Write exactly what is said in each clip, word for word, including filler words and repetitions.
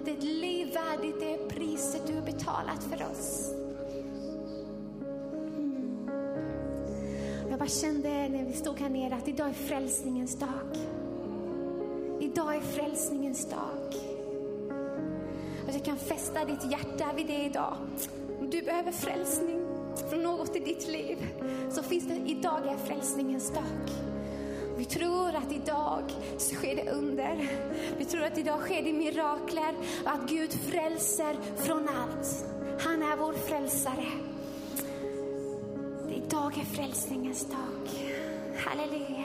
att ett liv värdigt det priset du har betalat för oss. Mm. Jag bara kände när vi stod här nere att idag är frälsningens dag. Idag är frälsningens dag. Och jag kan fästa ditt hjärta vid det idag. Om du behöver frälsning från något i ditt liv, så finns det, idag är frälsningens dag. Vi tror att idag sker det under. Vi tror att idag sker det mirakler. Och att Gud frälser från allt. Han är vår frälsare. Idag är frälsningens dag. Halleluja.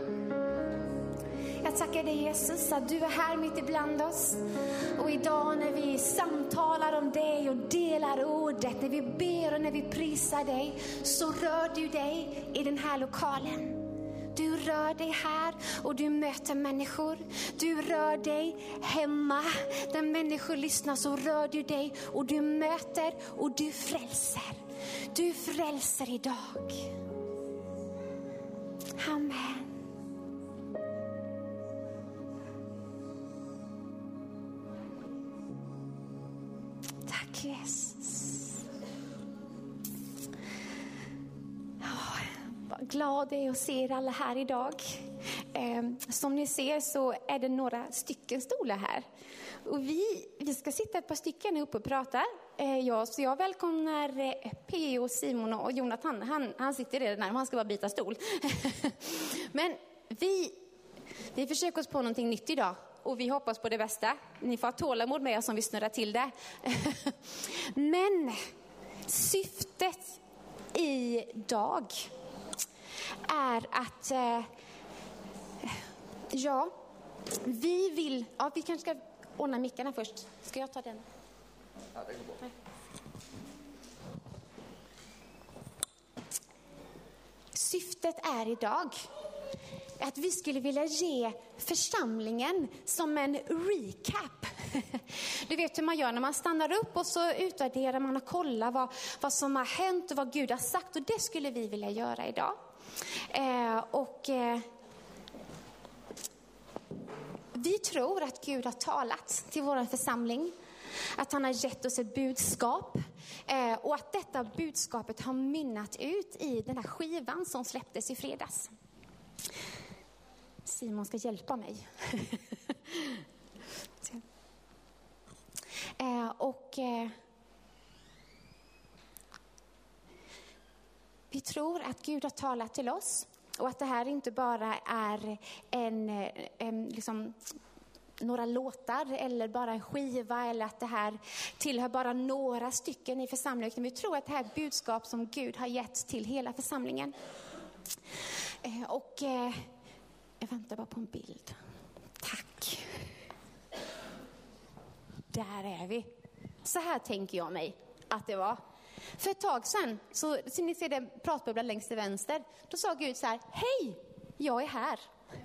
Jag tackar dig Jesus att du är här mitt ibland oss. Och idag när vi samtalar om dig och delar ordet, när vi ber och när vi prisar dig, så rör du dig i den här lokalen. Du rör dig här och du möter människor. Du rör dig hemma där människor lyssnar, så rör du dig och du möter och du frälser. Du frälser idag. Amen. Tack Jesus. Oh, vad glad jag är att se er alla här idag. Eh, som ni ser så är det några stycken stolar här. Och vi, vi ska sitta ett par stycken uppe och prata. Eh, ja, så jag välkomnar eh, P O, Simon och Jonathan. Han, han sitter redan här, han ska bara byta stol. Men vi, vi försöker oss på någonting nytt idag. Och vi hoppas på det bästa. Ni får ha tålamod med oss om vi snurrar till det. Men syftet idag är att eh, ja, vi vill, ja, vi kanske ska ordna mickarna först. Ska jag ta den? Ja, det går bra. Nej. Syftet är idag att vi skulle vilja ge församlingen som en recap. Du vet hur man gör när man stannar upp och så utvärderar man och kollar vad, vad som har hänt och vad Gud har sagt. Och det skulle vi vilja göra idag. Eh, och eh, vi tror att Gud har talat till vår församling. Att han har gett oss ett budskap. Eh, och att detta budskapet har mynnat ut i den här skivan som släpptes i fredags. Simon ska hjälpa mig. eh, och eh, vi tror att Gud har talat till oss. Och att det här inte bara är en, en liksom, några låtar eller bara en skiva, eller att det här tillhör bara några stycken i församlingen. Vi tror att det här är ett budskap som Gud har gett till hela församlingen. Eh, och eh, jag väntar bara på en bild. Tack. Där är vi. Så här tänker jag mig att det var. För ett tag sedan, så, så ni ser den pratbubblan längst till vänster. Då sa Gud så här: hej, jag är här.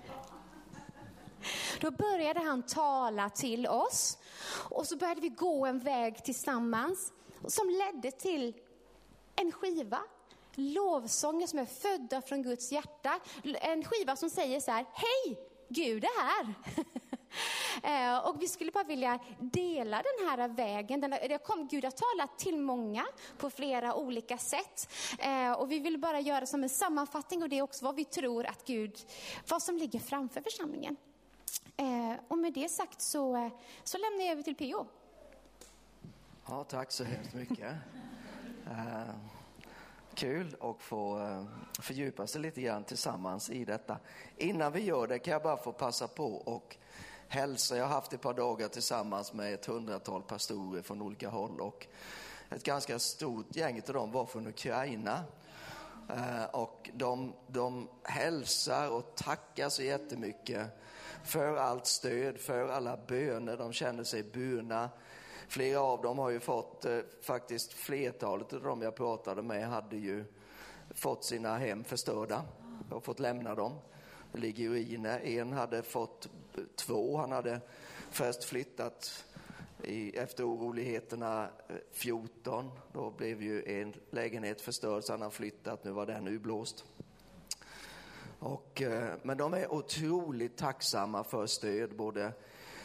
Då började han tala till oss. Och så började vi gå en väg tillsammans som ledde till en skiva. Lovsånger som är födda från Guds hjärta. En skiva som säger så här: hej, Gud är här. Och vi skulle bara vilja dela den här vägen. Det kom Gud att tala till många på flera olika sätt. Och vi vill bara göra som en sammanfattning, och det är också vad vi tror att Gud, vad som ligger framför församlingen. Och med det sagt så, så lämnar jag över till P O. Ja, tack så hemskt mycket. uh, kul att få uh, fördjupa sig lite grann tillsammans i detta. Innan vi gör det kan jag bara få passa på och hälsa. Jag har haft ett par dagar tillsammans med ett hundratal pastorer från olika håll, och ett ganska stort gäng av dem var från Ukraina. Uh, och de, de hälsar och tackar så jättemycket för allt stöd, för alla böner. De känner sig burna. Flera av dem har ju fått, eh, faktiskt flertalet av dem jag pratade med hade ju fått sina hem förstörda och fått lämna dem. Det ligger i ruiner. En hade fått två. Han hade först flyttat i, efter oroligheterna fjorton. Då blev ju en lägenhet förstörd, så han har flyttat. Nu var den urblåst. Och, men de är otroligt tacksamma för stöd, både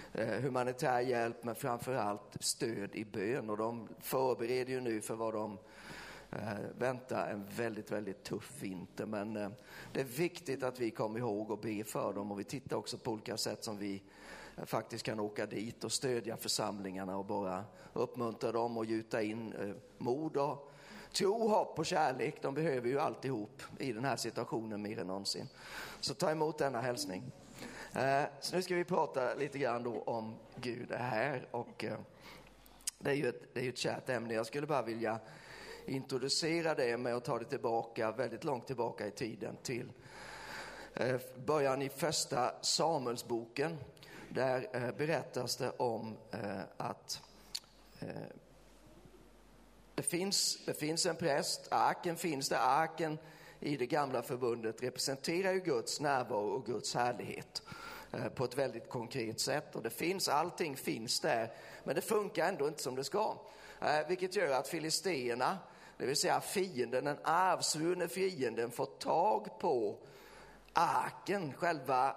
eh, humanitär hjälp, men framförallt stöd i bön. Och de förbereder ju nu för vad de eh, väntar en väldigt, väldigt tuff vinter. Men eh, det är viktigt att vi kommer ihåg och be för dem. Och vi tittar också på olika sätt som vi eh, faktiskt kan åka dit och stödja församlingarna och bara uppmuntra dem och gjuta in eh, mod och tro, hopp och kärlek. De behöver ju alltihop i den här situationen mer än någonsin. Så ta emot denna hälsning. Eh, så nu ska vi prata lite grann då om Gud är här. Och eh, det är ju ett, det är ju ett kärt ämne. Jag skulle bara vilja introducera det med att ta det tillbaka, väldigt långt tillbaka i tiden, till eh, början i första Samuelsboken. Där eh, berättas det om eh, att eh, Det finns, det finns en präst, arken finns där. Arken i det gamla förbundet representerar ju Guds närvaro och Guds härlighet eh, på ett väldigt konkret sätt. Och det finns, allting finns där, men det funkar ändå inte som det ska. Eh, vilket gör att filisterna, det vill säga fienden, den arvsvurne fienden, får tag på arken, själva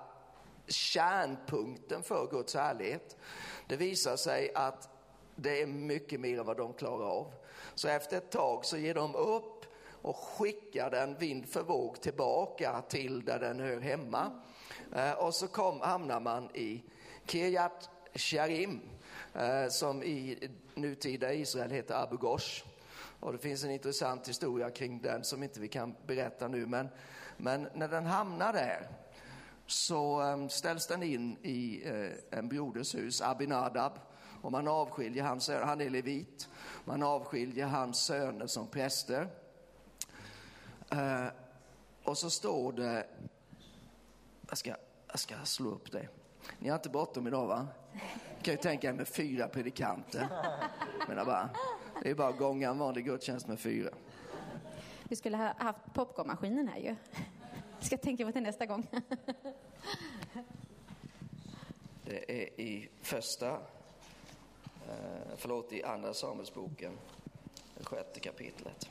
kärnpunkten för Guds härlighet. Det visar sig att det är mycket mer än vad de klarar av. Så efter ett tag så ger de upp och skickar den vind för våg tillbaka till där den hör hemma. Eh, och så kom, hamnar man i Kirjat Jearim, eh, som i nutida Israel heter Abu Ghosh. Och det finns en intressant historia kring den som inte vi kan berätta nu. Men, men när den hamnar där så eh, ställs den in i eh, en broders hus, Abinadab. Och man avskiljer hans söner, han är levit. Man avskiljer hans söner som präster. Uh, och så står det, jag ska, jag ska slå upp det. Ni har inte bråttom idag, va? Kan ju tänka er med fyra predikanter. Men bara, det är bara att gånga en vanlig gudstjänst med fyra. Vi skulle ha haft popcornmaskinen här ju. Jag ska tänka på det nästa gång. Det är i första... Uh, förlåt, i andra Samuelsboken, det sjätte kapitlet.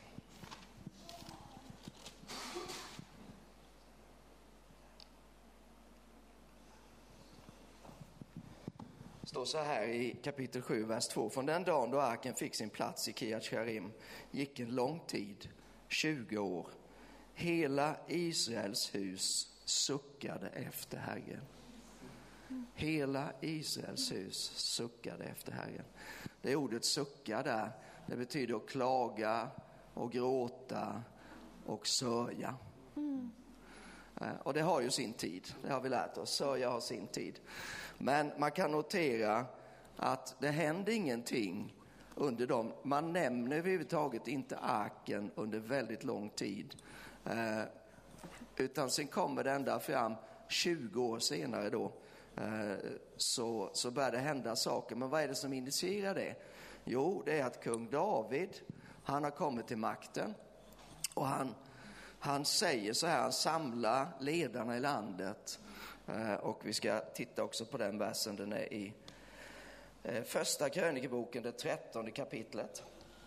Står så här i kapitel sju, vers två. Från den dagen då arken fick sin plats i Kirjat Jearim gick en lång tid, tjugo år. Hela Israels hus suckade efter Herren. Hela Israels hus suckade efter Herren. Det ordet sucka där, det betyder att klaga och gråta och sörja. Mm. Och det har ju sin tid, det har vi lärt oss. Sörja har sin tid. Men man kan notera att det händer ingenting under dem. Man nämner överhuvudtaget inte arken under väldigt lång tid. Eh, utan sen kommer det ända fram tjugo år senare då. Så, så börjar det hända saker. Men vad är det som initierar det? Jo, det är att kung David, han har kommit till makten. Och han, han säger så här, han samlar ledarna i landet. Och vi ska titta också på den versen, den är i första krönikeboken, det trettonde kapitlet.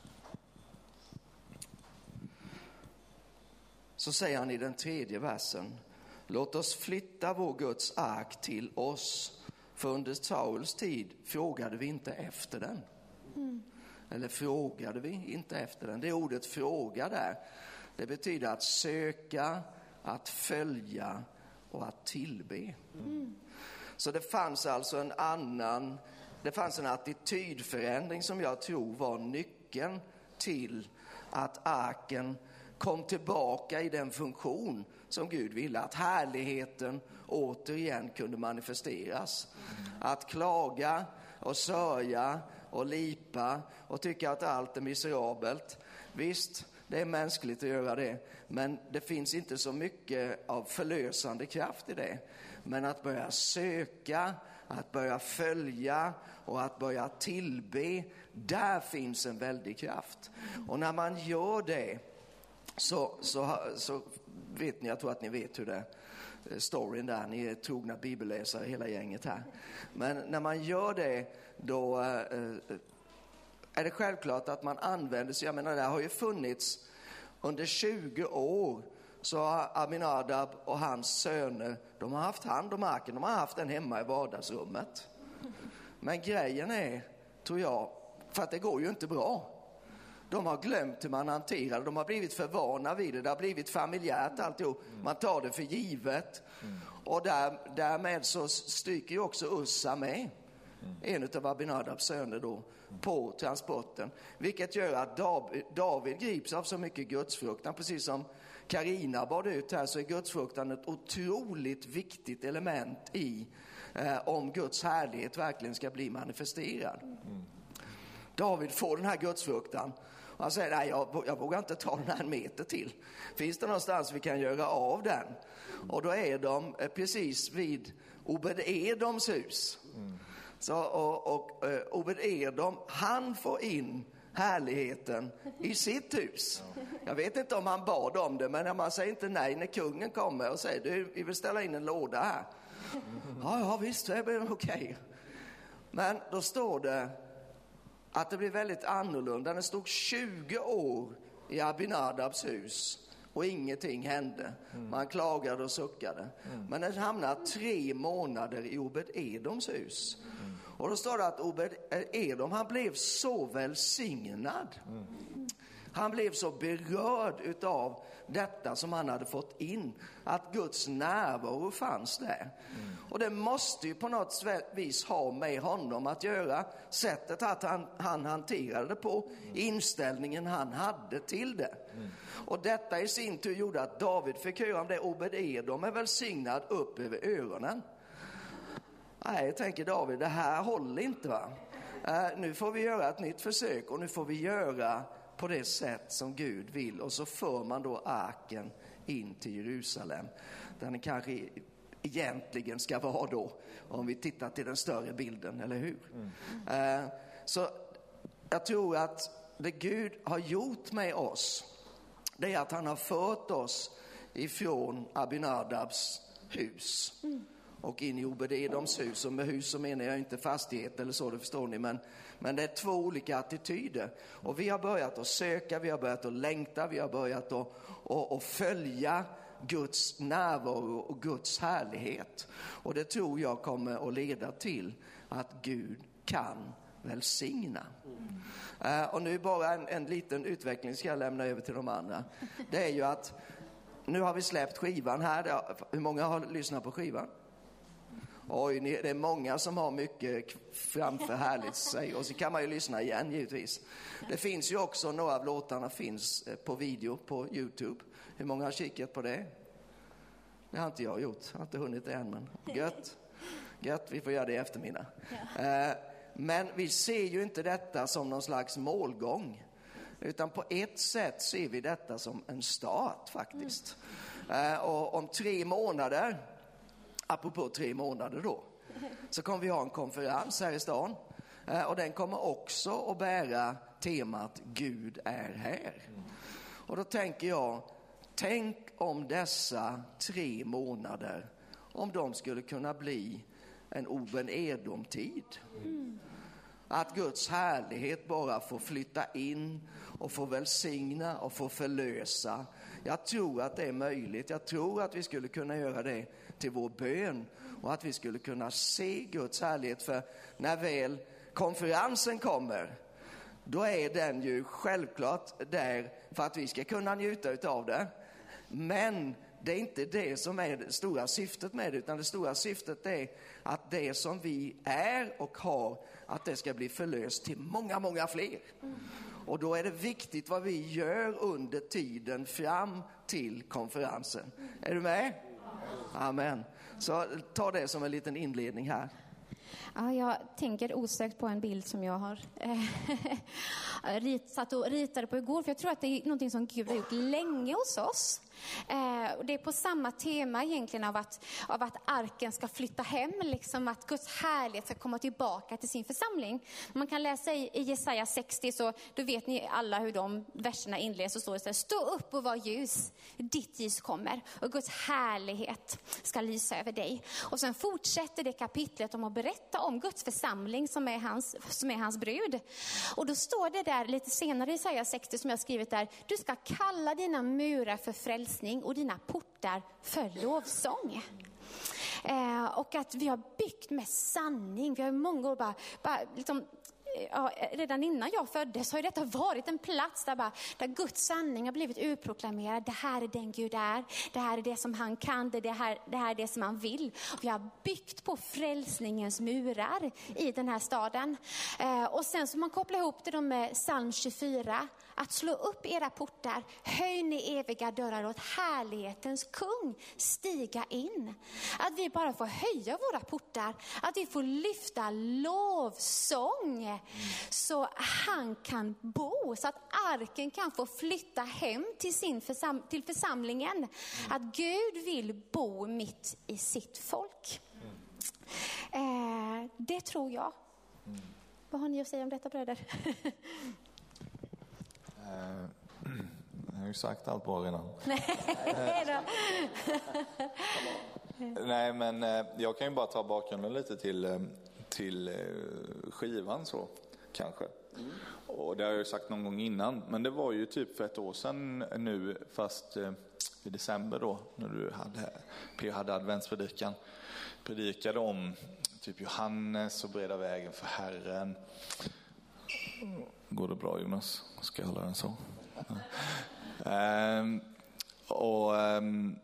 Så säger han i den tredje versen: låt oss flytta vår Guds ark till oss, för under Sauls tid frågade vi inte efter den. Mm. Eller frågade vi inte efter den. Det ordet fråga där, det betyder att söka, att följa och att tillbe. Mm. Så det fanns alltså en annan, det fanns en attitydförändring som jag tror var nyckeln till att arken kom tillbaka i den funktion som Gud ville, att härligheten återigen kunde manifesteras. Att klaga och sörja och lipa och tycka att allt är miserabelt. Visst, det är mänskligt att göra det, men det finns inte så mycket av förlösande kraft i det. Men att börja söka, att börja följa och att börja tillbe, där finns en väldig kraft. Och när man gör det så, så, så vet ni, jag tror att ni vet hur det är, storyn där, ni är trogna bibelläsare hela gänget här. Men när man gör det, då eh, är det självklart att man använder sig, jag menar det har ju funnits under tjugo år, så har Aminadab och hans söner, de har haft hand om arken, de har haft den hemma i vardagsrummet. Men grejen är, tror jag, för att det går ju inte bra. De har glömt hur man hanterar det. De har blivit för vana vid det. Det har blivit familjärt alltihop. Man tar det för givet. Mm. Och där, därmed så stryker ju också Ussa med. Mm. En av Abinadabs söner då. På transporten. Vilket gör att David, David grips av så mycket gudsfruktan. Precis som Karina bad ut här, så är gudsfruktan ett otroligt viktigt element i eh, om Guds härlighet verkligen ska bli manifesterad. Mm. David får den här gudsfruktan. Och han säger, nej jag, jag vågar inte ta den här en meter till. Finns det någonstans vi kan göra av den? Och då är de eh, precis vid Obed-Edoms hus. Mm. Så, och och uh, Obed-Edom, han får in härligheten i sitt hus. Jag vet inte om han bad om det, men man säger inte nej när kungen kommer och säger, du, vi vill ställa in en låda här. Ja, ja visst, det blir okej. Okay. Men då står det att det blir väldigt annorlunda. Det stod tjugo år i Abinadabs hus och ingenting hände. Man klagade och suckade. Men det hamnade tre månader i Obed-Edoms hus. Och då står det att Obed-Edom, han blev så välsignad. Han blev så berörd utav detta som han hade fått in. Att Guds närvaro fanns där. Mm. Och det måste ju på något vis ha med honom att göra. Sättet att han, han hanterade det på. Mm. Inställningen han hade till det. Mm. Och detta i sin tur gjorde att David fick höra om det. Obed-Edom är välsignad upp över öronen. Nej, jag tänker David, det här håller inte va. Uh, nu får vi göra ett nytt försök och nu får vi göra på det sätt som Gud vill. Och så för man då arken in till Jerusalem. Där den kanske egentligen ska vara då. Om vi tittar till den större bilden, eller hur? Mm. Uh, så jag tror att det Gud har gjort med oss, det är att han har fört oss ifrån Abinadabs hus. Mm. Och in i Obed-Edoms hus. Och med hus så menar jag inte fastighet eller så, det förstår ni. Men, men det är två olika attityder. Och vi har börjat att söka, vi har börjat att längta, vi har börjat att, att, att följa Guds närvaro och Guds härlighet. Och det tror jag kommer att leda till att Gud kan välsigna. Mm. Uh, och nu bara en, en liten utveckling ska jag lämna över till de andra. Det är ju att nu har vi släppt skivan här. Hur många har lyssnat på skivan? Oj, det är många som har mycket framför härligt sig. Och så kan man ju lyssna igen givetvis. Det finns ju också, några av låtarna finns på video på YouTube. Hur många har kikat på det? Det har inte jag gjort, jag har inte hunnit det än, men gött. Gött, vi får göra det i eftermiddag. Men vi ser ju inte detta som någon slags målgång. Utan på ett sätt ser vi detta som en start faktiskt. Och om tre månader... Apropå tre månader då, så kommer vi ha en konferens här i stan. Eh, och den kommer också att bära temat Gud är här. Och då tänker jag, tänk om dessa tre månader, om de skulle kunna bli en Obed-Edom-tid. Mm. Att Guds härlighet bara får flytta in och få välsigna och få förlösa. Jag tror att det är möjligt. Jag tror att vi skulle kunna göra det till vår bön. Och att vi skulle kunna se Guds härlighet. För när väl konferensen kommer, då är den ju självklart där för att vi ska kunna njuta av det. Men det är inte det som är det stora syftet med det. Utan det stora syftet är att det som vi är och har, att det ska bli förlöst till många, många fler. Mm. Och då är det viktigt vad vi gör under tiden fram till konferensen. Mm. Är du med? Amen. Så ta det som en liten inledning här. Ja, jag tänker osökt på en bild som jag har rit, satt och ritade på igår. För jag tror att det är någonting som Gud har gjort länge hos oss. Eh, och det är på samma tema egentligen av att, av att arken ska flytta hem. Liksom att Guds härlighet ska komma tillbaka till sin församling. Man kan läsa i, i Jesaja sextio, så då vet ni alla hur de verserna inleds. Och står det så här: stå upp och var ljus, ditt ljus kommer. Och Guds härlighet ska lysa över dig. Och sen fortsätter det kapitlet om att berätta om Guds församling som är hans, som är hans brud. Och då står det där lite senare i Jesaja sextio som jag skrivit där: du ska kalla dina murar för frälsning och dina portar för lovsång. Eh, och att vi har byggt med sanning. Vi har i många år bara, bara liksom, ja, redan innan jag föddes har ju detta varit en plats där, bara, där Guds sanning har blivit utproklamerad. Det här är den Gud är. Det här är det som han kan. Det, det, här, det här är det som han vill. Och vi har byggt på frälsningens murar i den här staden. Eh, och sen så man kopplar ihop det då med psalm tjugofyra. Att slå upp era portar. Höj ni eviga dörrar åt härlighetens kung. Stiga in. Att vi bara får höja våra portar. Att vi får lyfta lovsång. Så han kan bo, så att arken kan få flytta hem till, sin försam- till församlingen. Att Gud vill bo mitt i sitt folk. Eh, det tror jag. Vad har ni att säga om detta, bröder? uh, jag har ju sagt allt bra redan. Nej då. Nej, men uh, jag kan ju bara ta bakgrunden lite till... Uh, till uh, skivan så kanske. Mm. Och det har jag ju sagt någon gång innan, men det var ju typ för ett år sedan nu, fast uh, i december då, när du hade P hade adventspredikan, predikade om typ Johannes och breda vägen för Herren. Går det bra, Jonas? Ska jag hålla den så? Ja. um, och um,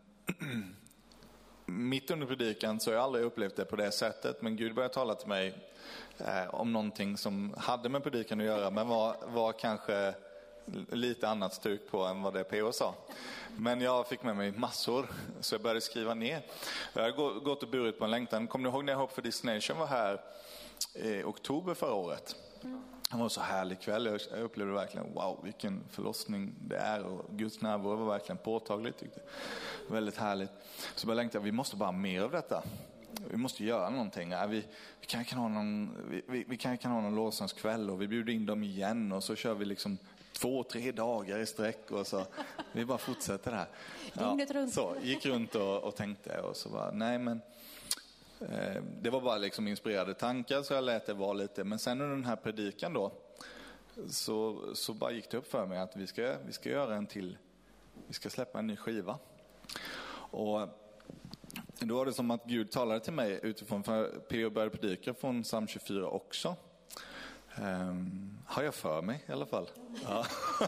mitt under predikan så har jag aldrig upplevt det på det sättet, men Gud började tala till mig eh, om någonting som hade med predikan att göra, men var, var kanske lite annat stuk på än vad det P O sa. Men jag fick med mig massor, så jag började skriva ner. Jag har gått och burit på en längtan. Kommer ni ihåg när Hope for Destination var här i oktober förra året? Det var så härlig kväll. Jag upplevde verkligen, wow, vilken förlossning det är. Och Guds närvaro var verkligen påtagligt, tyckte jag. Väldigt härligt. Så jag längtade, vi måste bara ha mer av detta. Vi måste göra någonting. Ja, vi, vi kan kan ha någon, vi, vi, vi kan, kan ha någon lovsångskväll och vi bjuder in dem igen. Och så kör vi liksom två, tre dagar i sträck. Och så vi bara fortsätter det här. Ja, så gick runt och, och tänkte och så bara, nej men... Det var bara liksom inspirerade tankar, så jag lät det vara lite. Men sen under den här predikan då så, så bara gick det upp för mig att vi ska, vi ska göra en till, vi ska släppa en ny skiva. Och då var det som att Gud talade till mig utifrån, för P O började predika från psalm tjugofyra också. Um, har jag för mig i alla fall. Ja.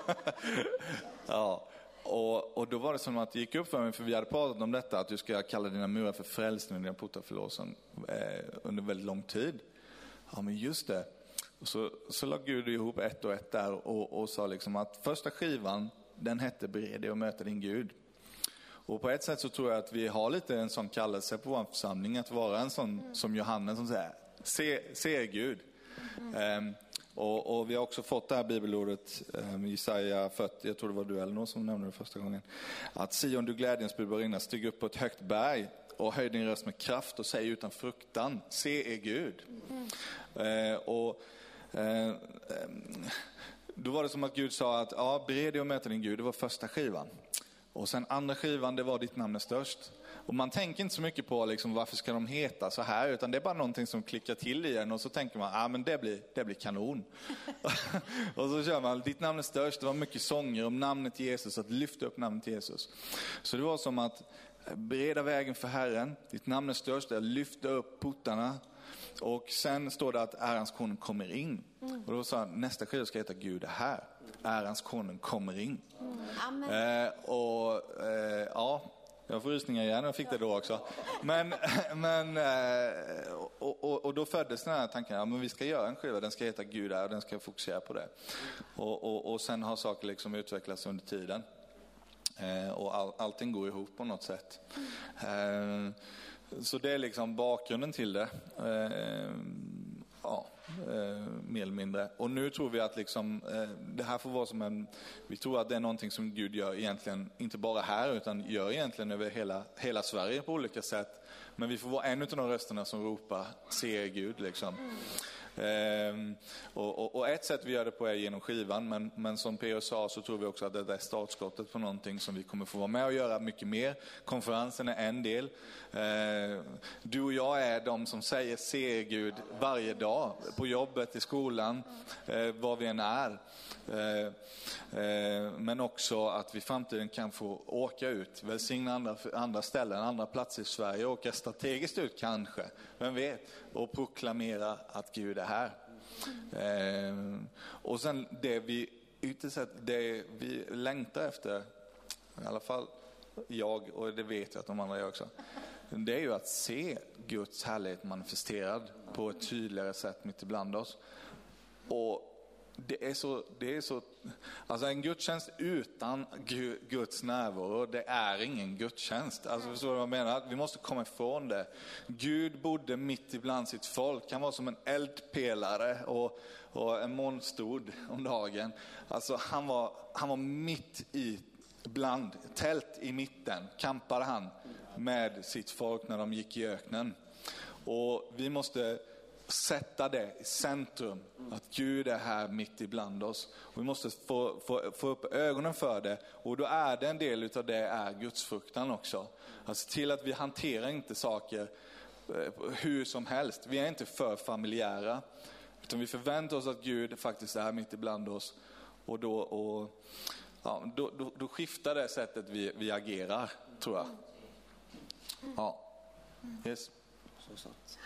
Ja. Och, och då var det som att det gick upp för mig, för vi hade pratat om detta, att du ska kalla dina murar för frälsning och dina portar för lovsång eh, under väldigt lång tid. Ja, men just det. Och så, så la Gud ihop ett och ett där och, och sa liksom att första skivan, den hette Bered dig och möta din Gud. Och på ett sätt så tror jag att vi har lite en sån kallelse på vår församling, att vara en sån mm. som Johannes som säger, se, se Gud. Mm. Um, Och, och vi har också fått det här bibelordet um, Jesaja fyrtio, jag tror det var du eller någon som nämnde det första gången, att Sion, du glädjens budbärare, stig upp på ett högt berg och höj din röst med kraft och säg utan fruktan, se är Gud. Mm. Uh, och uh, um, då var det som att Gud sa att ja, bered dig och möta din Gud, det var första skivan. Och sen andra skivan, det var ditt namn är störst. Och man tänker inte så mycket på liksom, varför ska de heta så här, utan det är bara någonting som klickar till i en och så tänker man, ja ah, men det blir, det blir kanon. Och så kör man, ditt namn är störst, det var mycket sånger om namnet Jesus, att lyfta upp namnet Jesus. Så det var som att bereda vägen för Herren, ditt namn är störst, att lyfta upp portarna. Och sen står det att ärans konung kommer in. Mm. Och då sa nästa skiva ska heta Gud är här. Ärans konung kommer in. Mm. Eh, och eh, ja, jag får rysningar igen, jag fick det då också. Men, men eh, och, och, och då föddes den här tanken, ja men vi ska göra en skiva, den ska heta Gud är och den ska fokusera på det. Och, och, och sen har saker liksom utvecklats under tiden. Eh, och all, allting går ihop på något sätt. Eh, Så det är liksom bakgrunden till det. Eh, ja, eh, mer eller mindre. Och nu tror vi att liksom, eh, det här får vara som en... Vi tror att det är någonting som Gud gör egentligen, inte bara här, utan gör egentligen över hela, hela Sverige på olika sätt. Men vi får vara en av de rösterna som ropar, se Gud liksom. Ehm, och, och, och ett sätt vi gör det på är genom skivan, men, men som P O sa så tror vi också att det är startskottet på någonting som vi kommer få vara med och göra mycket mer. Konferensen är en del. Ehm, du och jag är de som säger se Gud varje dag, på jobbet, i skolan, eh, var vi än är. Eh, eh, men också att vi i framtiden kan få åka ut, välsigna andra, andra ställen, andra platser i Sverige, åka strategiskt ut kanske, vem vet, och proklamera att Gud är här. Eh, och sen det vi ytterst sett, det vi längtar efter, i alla fall jag, och det vet jag att de andra gör också, det är ju att se Guds härlighet manifesterad på ett tydligare sätt mitt ibland oss. Och det är så, det är så, alltså en gudstjänst utan Guds närvaro, det är ingen gudstjänst. Alltså förstår du vad jag menar? Vi måste komma ifrån det. Gud bodde mitt ibland sitt folk. Han var som en eldpelare och, och en månstod om dagen. Alltså han var, han var mitt i bland, tält i mitten, kampade han med sitt folk när de gick i öknen. Och vi måste sätta det i centrum, att Gud är här mitt ibland oss. Och vi måste få, få, få upp ögonen för det, och då är det en del utav det är Guds fruktan också. Alltså till att vi hanterar inte saker hur som helst. Vi är inte för familjära, utan vi förväntar oss att Gud faktiskt är mitt ibland oss. Och då, och, ja, då, då, då skiftar det sättet vi, vi agerar, tror jag. Ja, yes. Så sant.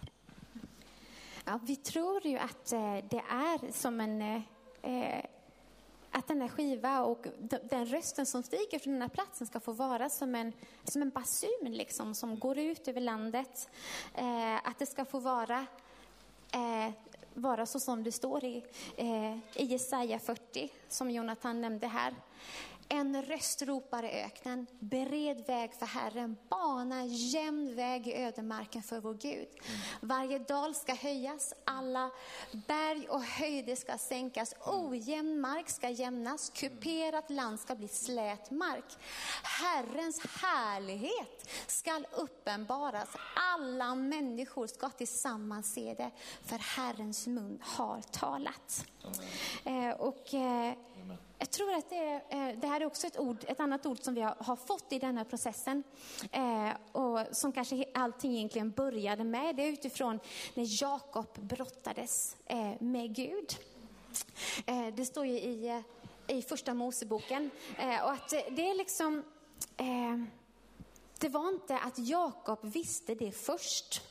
Ja, vi tror ju att eh, det är som en eh, att den här skiva och d- den rösten som stiger från den här platsen ska få vara som en, som en basun liksom, som går ut över landet. Eh, att det ska få vara eh, vara så som det står i, eh, i Jesaja fyrtio, som Jonathan nämnde här. En röst ropar i öknen, bered väg för Herren, bana jämn väg i ödemarken för vår Gud. Mm. Varje dal ska höjas, alla berg och höjder ska sänkas, ojämn mark ska jämnas, kuperat land ska bli slät mark. Herrens härlighet ska uppenbaras, alla människor ska tillsammans se det, för Herrens mun har talat. Eh, och eh, Jag tror att det, är, det här är också ett, ord, ett annat ord som vi har, har fått i den här processen. Eh, och som kanske allting egentligen började med. Det är utifrån när Jakob brottades eh, med Gud. Eh, det står ju i, i första Moseboken. Eh, och att det är liksom... Eh, det var inte att Jakob visste det först.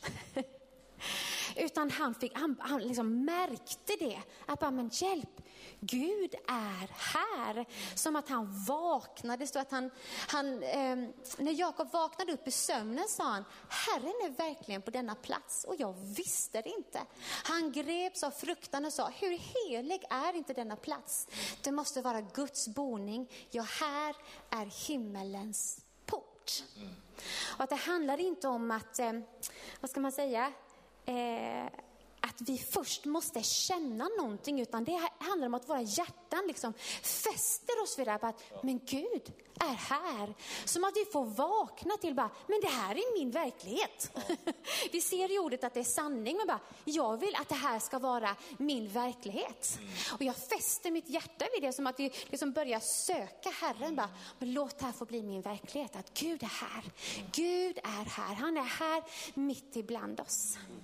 Utan han, fick, han, han liksom märkte det. Att bara, men hjälp, Gud är här. Som att han vaknade. Så att han, han, eh, när Jakob vaknade upp i sömnen sa han, Herren är verkligen på denna plats. Och jag visste det inte. Han greps av fruktan och sa, hur helig är inte denna plats? Det måste vara Guds boning. Ja, här är himmelens port. Mm. Och att det handlar inte om att, eh, vad ska man säga... Eh, att vi först måste känna någonting, utan det handlar om att våra hjärtan liksom fäster oss vid det här, att men Gud är här. Som att vi får vakna till bara, men det här är min verklighet. Ja. Vi ser i ordet att det är sanning, men bara, jag vill att det här ska vara min verklighet. Mm. Och jag fäster mitt hjärta vid det, som att vi liksom börjar söka Herren. Bara, men låt det här få bli min verklighet, att Gud är här. Mm. Gud är här, han är här mitt ibland oss. Mm.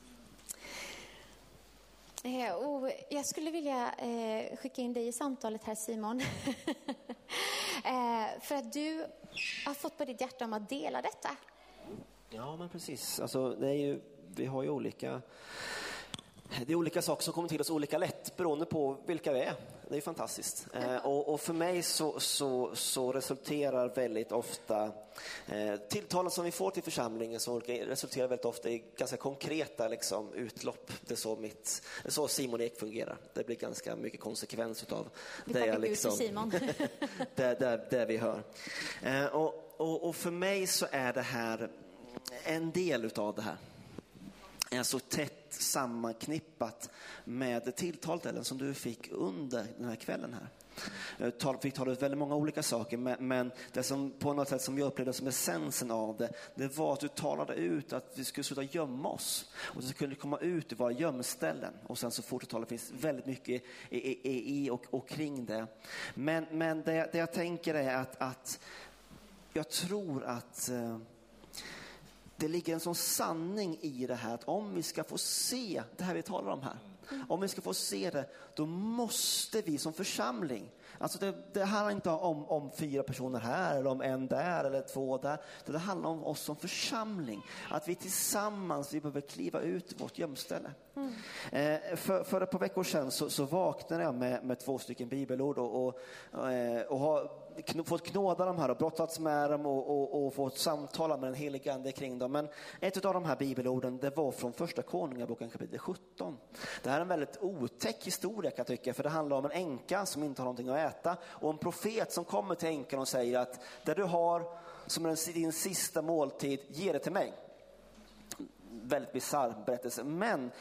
Eh, och jag skulle vilja eh, skicka in dig i samtalet här, Simon. eh, för att du har fått på ditt hjärta om att dela detta. Ja, men precis. Alltså, det är ju, vi har ju olika... Det är olika saker som kommer till oss olika lätt beroende på vilka vi är. Det är fantastiskt. Eh, och, och för mig så, så, så resulterar väldigt ofta eh, tilltalen som vi får till församlingen så resulterar väldigt ofta i ganska konkreta liksom, utlopp. Det är så, mitt, det är så Simon Ek fungerar. Det blir ganska mycket konsekvens utav det, jag, liksom, Simon. det, det, det vi hör. Eh, och, och, och för mig så är det här en del utav det här. Är så tätt sammanknippat med tilltalet som du fick under den här kvällen här. Vi talade ut väldigt många olika saker, men, men det som på något sätt som jag upplevde som essensen av det, det var att du talade ut att vi skulle sluta gömma oss och att vi skulle komma ut i våra gömställen. Och sen så fort du talar finns väldigt mycket i, i, i och, och kring det. Men, men det, det jag tänker är att, att jag tror att eh, det ligger en sån sanning i det här, att om vi ska få se det här vi talar om här, om vi ska få se det, då måste vi som församling, alltså det, det handlar inte om, om fyra personer här eller om en där eller två där, det, det handlar om oss som församling, att vi tillsammans vi behöver kliva ut i vårt gömställe. Mm. Eh, för, för ett par veckor sedan så, så vaknade jag med, med två stycken bibelord och, och, och, och har fått knåda de här och brottats med dem och, och, och fått samtala med den helige ande kring dem. Men ett av de här bibelorden, det var från första Konungaboken kapitel sjutton. Det här är en väldigt otäck historia kan jag tycka, för det handlar om en änka som inte har någonting att äta och en profet som kommer till änkan och säger att det du har som är din sista måltid, ge det till mig. Väldigt bizarr berättelse, men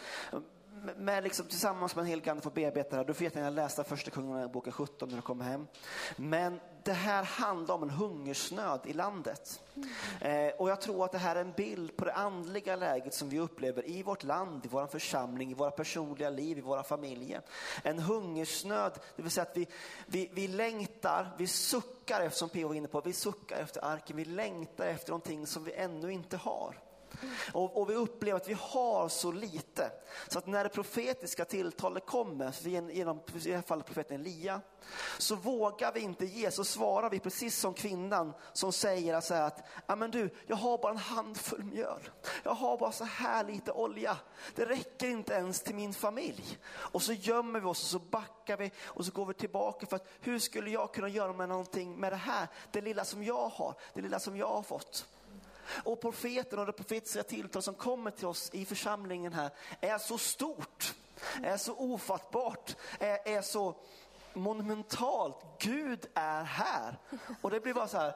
med liksom, tillsammans med en hel gande får bearbeta det här. Du får jättegärna läsa första Konungaboken sjutton när du kommer hem. Men det här handlar om en hungersnöd i landet. Mm. Eh, och jag tror att det här är en bild på det andliga läget som vi upplever i vårt land, i vår församling, i våra personliga liv, i våra familjer. En hungersnöd, det vill säga att vi, vi, vi längtar, vi suckar efter, som P O var inne på, vi suckar efter arken, vi längtar efter någonting som vi ännu inte har. Och, och vi upplever att vi har så lite, så att när det profetiska tilltalet kommer genom i det här fallet profeten Elia, så vågar vi inte ge, så svarar vi precis som kvinnan som säger så här att ja men du, jag har bara en handfull mjöl, jag har bara så här lite olja, det räcker inte ens till min familj. Och så gömmer vi oss och så backar vi och så går vi tillbaka, för att hur skulle jag kunna göra med någonting med det här, det lilla som jag har, det lilla som jag har fått. Och profeten och det profetiska tilltal som kommer till oss i församlingen här är så stort, är så ofattbart, är, är så monumentalt. Gud är här. Och det blir bara så här,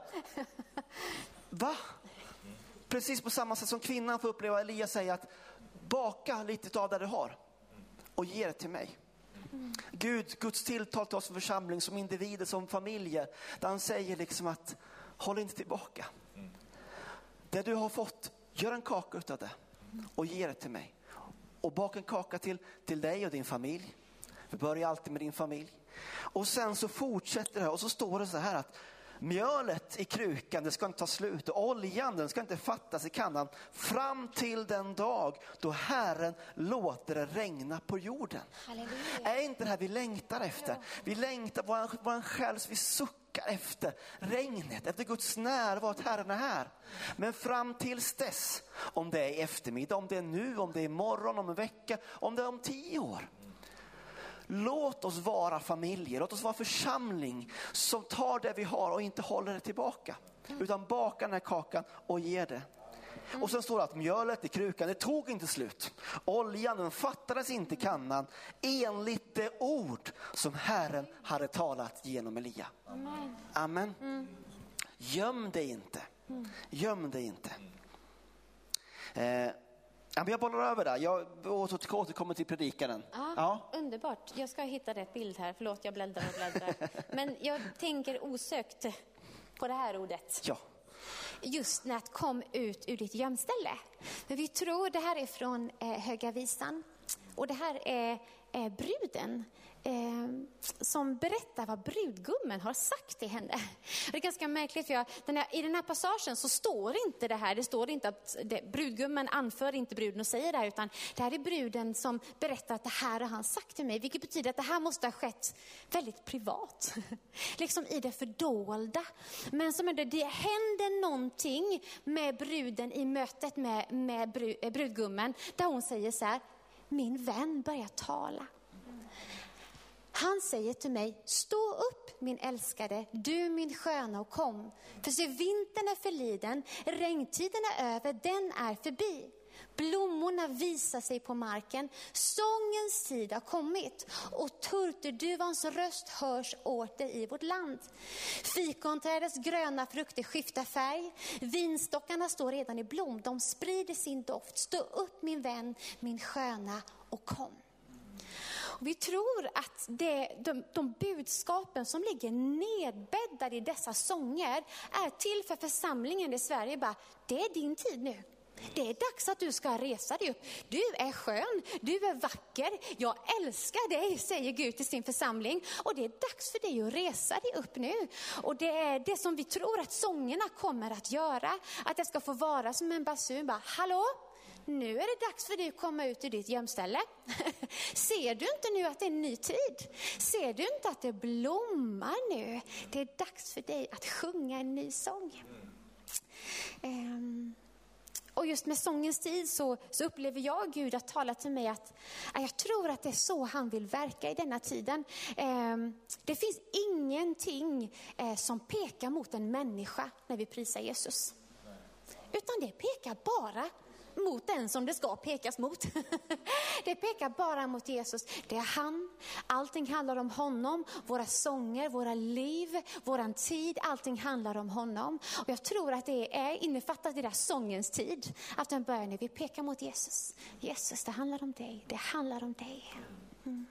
va? Precis på samma sätt som kvinnan får uppleva Elia säga att baka lite av det du har och ge det till mig. Gud, Guds tilltal till oss som församling, som individer, som familjer, där han säger liksom att håll inte tillbaka. Det du har fått, gör en kaka utav det och ge det till mig. Och baka en kaka till, till dig och din familj. Vi börjar alltid med din familj. Och sen så fortsätter det här och så står det så här att mjölet i krukan, det ska inte ta slut. Och oljan, den ska inte fattas i kannan. Fram till den dag då Herren låter det regna på jorden. Halleluja. Är inte det här vi längtar efter? Vi längtar, våran, våran själ, vi suckar efter regnet, efter Guds närvaro, att Herren är här. Men fram tills dess, om det är eftermiddag, om det är nu, om det är imorgon, om en vecka, om det är om tio år. Låt oss vara familjer, låt oss vara församling som tar det vi har och inte håller det tillbaka. Utan bakar den här kakan och ger det. Och sen står det att mjölet i krukan, det tog inte slut. Oljan, den fattades inte i kannan, enligt det ord som Herren hade talat genom Elia. Amen. Amen. Mm. Göm dig inte. Mm. Göm dig inte. Eh, jag bollar över där. Jag återkommer till predikaren. Ah, ja. Underbart. Jag ska hitta rätt bild här. Förlåt, jag bläddrar och bläddrar. Men jag tänker osökt på det här ordet. Ja. Just när att kom ut ur ditt gömställe. Men vi tror det här är från eh, Höga visan. Och det här är eh, bruden eh, som berättar vad brudgummen har sagt till henne. Det är ganska märkligt, för jag, den här, i den här passagen så står inte det här. Det står inte att det, brudgummen anför inte bruden och säger det här, utan det här är bruden som berättar att det här har han sagt till mig. Vilket betyder att det här måste ha skett väldigt privat. Liksom i det fördolda. Men som ändå, det händer någonting med bruden i mötet med, med brudgummen. Där hon säger så här: min vän börjar tala. Han säger till mig: stå upp min älskade, du min sköna, och kom. För se, vintern är förliden, regntiden är över, den är förbi. Blommorna visar sig på marken, sångens tid har kommit och turturduvans röst hörs åter i vårt land. Fikonträdets gröna frukter skiftar färg, vinstockarna står redan i blom, de sprider sin doft. Stå upp min vän, min sköna, och kom. Och vi tror att det, de, de budskapen som ligger nedbäddade i dessa sånger är till för församlingen i Sverige. Bara, det är din tid nu. Det är dags att du ska resa dig upp. Du är skön, du är vacker. Jag älskar dig, säger Gud till sin församling. Och det är dags för dig att resa dig upp nu. Och det är det som vi tror att sångerna kommer att göra. Att det ska få vara som en basun. Bara, hallå? Nu är det dags för dig att komma ut ur ditt gömställe. Ser du inte nu att det är en ny tid? Ser du inte att det blommar nu? Det är dags för dig att sjunga en ny sång. Um. Och just med sångens tid så, så upplever jag Gud att tala till mig att, att jag tror att det är så han vill verka i denna tiden. Eh, det finns ingenting eh, som pekar mot en människa när vi prisar Jesus. Utan det pekar bara mot den som det ska pekas mot. Det pekar bara mot Jesus. Det är han. Allting handlar om honom. Våra sånger, våra liv, våran tid. Allting handlar om honom. Och jag tror att det är innefattat i den sångens tid. Att den börjar när vi pekar mot Jesus. Jesus, det handlar om dig. Det handlar om dig. Mm.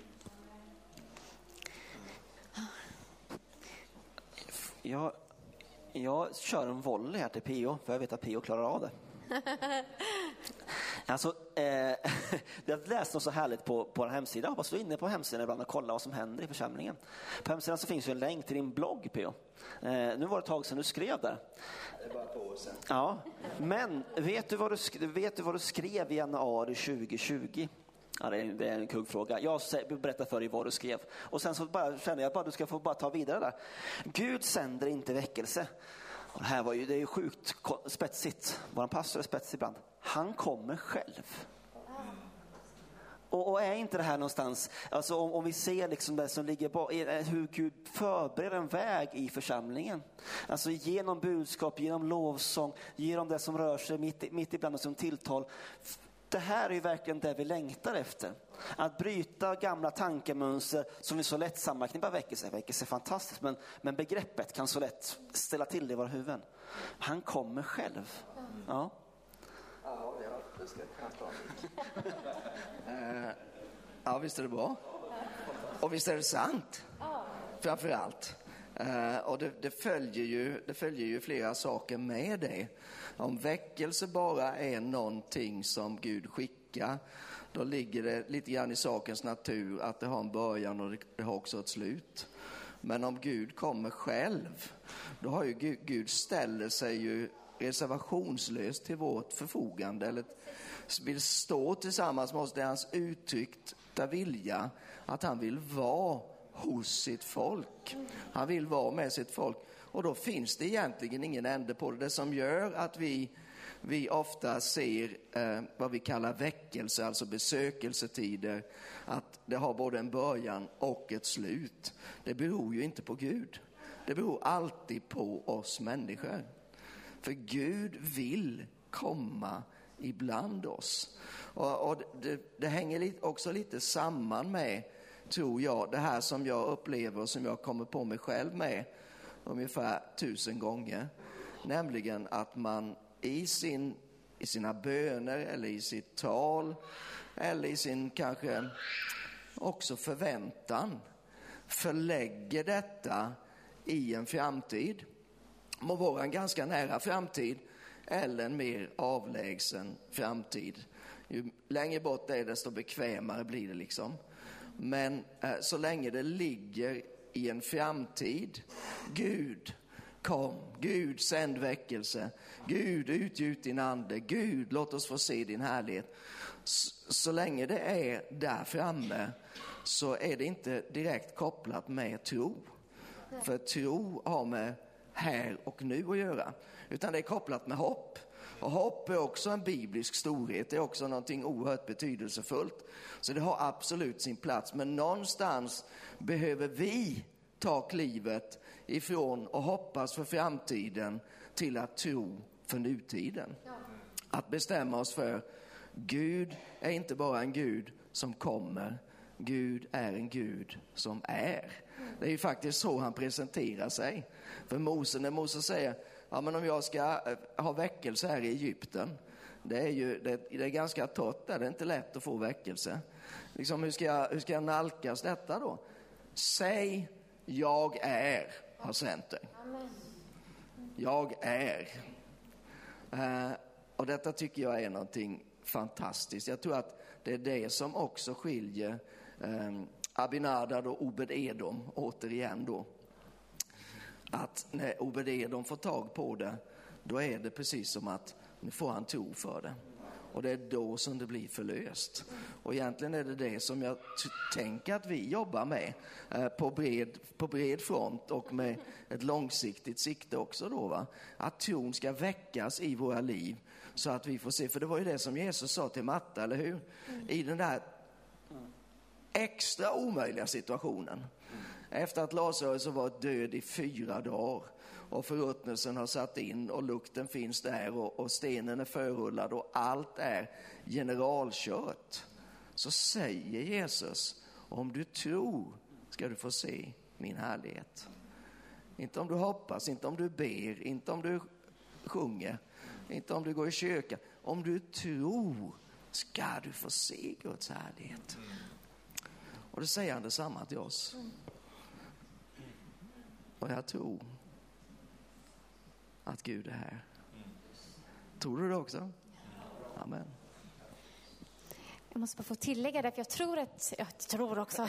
Jag, jag kör en volley här till P O. För jag vet att P O klarar av det. Alltså, eh, jag läste något så härligt på, på en hemsida. Jag hoppas du är inne på hemsidan ibland och kollar vad som händer i församlingen. På hemsidan så finns ju en länk till din blogg, P O. Eh, nu var det ett tag sedan du skrev där. Det är bara två år sedan. Ja, men vet du vad du, sk- vet du vad du skrev i januari tjugo tjugo? Ja, det är, det är en kuggfråga. Jag berättar för dig vad du skrev. Och sen så bara känner jag att du ska få bara ta vidare där. Gud sänder inte väckelse. Och det här var ju, det är ju sjukt spetsigt. Våran pastor är spetsig ibland. Han kommer själv. Och, och är inte det här någonstans, alltså om, om vi ser liksom det som ligger bak, hur Gud förbereder en väg i församlingen. Alltså genom budskap, genom lovsång, genom det som rör sig mitt, mitt ibland som tilltal. Det här är ju verkligen det vi längtar efter. Att bryta gamla tankemönster som vi så lätt sammanknippar väckelse. Väckelse är fantastiskt, men, men begreppet kan så lätt ställa till det i våra huvuden. Han kommer själv. Ja. Ja, det ska jag ta. Ja, visst är det bra. Och visst är det sant. Framför allt. Uh, och det, det, följer ju, det följer ju flera saker med det. Om väckelse bara är någonting som Gud skickar, då ligger det lite grann i sakens natur att det har en början och det, det har också ett slut. Men om Gud kommer själv, då har ju Gud, Gud ställer sig ju reservationslöst till vårt förfogande, eller vill stå tillsammans med oss. Det är hans uttryckta vilja att han vill vara hos sitt folk. Han vill vara med sitt folk. Och då finns det egentligen ingen ände på det. Det som gör att vi, vi ofta ser eh, vad vi kallar väckelse, alltså besökelsetider, att det har både en början och ett slut. Det beror ju inte på Gud. Det beror alltid på oss människor. För Gud vill komma ibland oss. Och, och det, det hänger också lite samman med, tror jag, det här som jag upplever och som jag kommer på mig själv med ungefär tusen gånger. Nämligen att man i, sin, i sina böner eller i sitt tal eller i sin kanske också förväntan förlägger detta i en framtid. Må vara en ganska nära framtid eller en mer avlägsen framtid. Ju längre bort det är, desto bekvämare blir det liksom. Men eh, så länge det ligger i en framtid, Gud kom, Gud sänd väckelse, Gud utgjut din ande, Gud låt oss få se din härlighet. Så, så länge det är där framme så är det inte direkt kopplat med tro. För tro har med här och nu att göra, utan det är kopplat med hopp. Och hopp är också en biblisk storhet, det är också någonting oerhört betydelsefullt. Så det har absolut sin plats, men någonstans behöver vi ta klivet ifrån och hoppas för framtiden till att tro för nutiden. Att bestämma oss för Gud är inte bara en Gud som kommer, Gud är en Gud som är. Det är ju faktiskt så han presenterar sig. För Mose, när Mose säger, ja men om jag ska ha väckelse här i Egypten, det är ju det, det är ganska torrt där. Det är inte lätt att få väckelse. Liksom, hur, ska jag, hur ska jag nalkas detta då? Säg, jag är, har sänt dig. Jag är. Uh, och detta tycker jag är någonting fantastiskt. Jag tror att det är det som också skiljer um, Abinadab och Obed-Edom återigen då. Att när Obed-Edom får tag på det, då är det precis som att nu får han tro för det. Och det är då som det blir förlöst. Och egentligen är det det som jag t- tänker att vi jobbar med eh, på, bred, på bred front och med ett långsiktigt sikte också då, va? Att tron ska väckas i våra liv så att vi får se. För det var ju det som Jesus sa till Marta, eller hur? I den där extra omöjliga situationen. Efter att Lazarus var död i fyra dagar och förruttnelsen har satt in och lukten finns där och, och stenen är förrullad och allt är generalkört, så säger Jesus, om du tror ska du få se min härlighet. Inte om du hoppas, inte om du ber, inte om du sjunger, inte om du går i kyrkan. Om du tror ska du få se Guds härlighet. Och det säger han detsamma till oss. Och jag tror att Gud är här. Tror du det också? Amen. Jag måste bara få tillägga det, för jag tror att, jag tror också,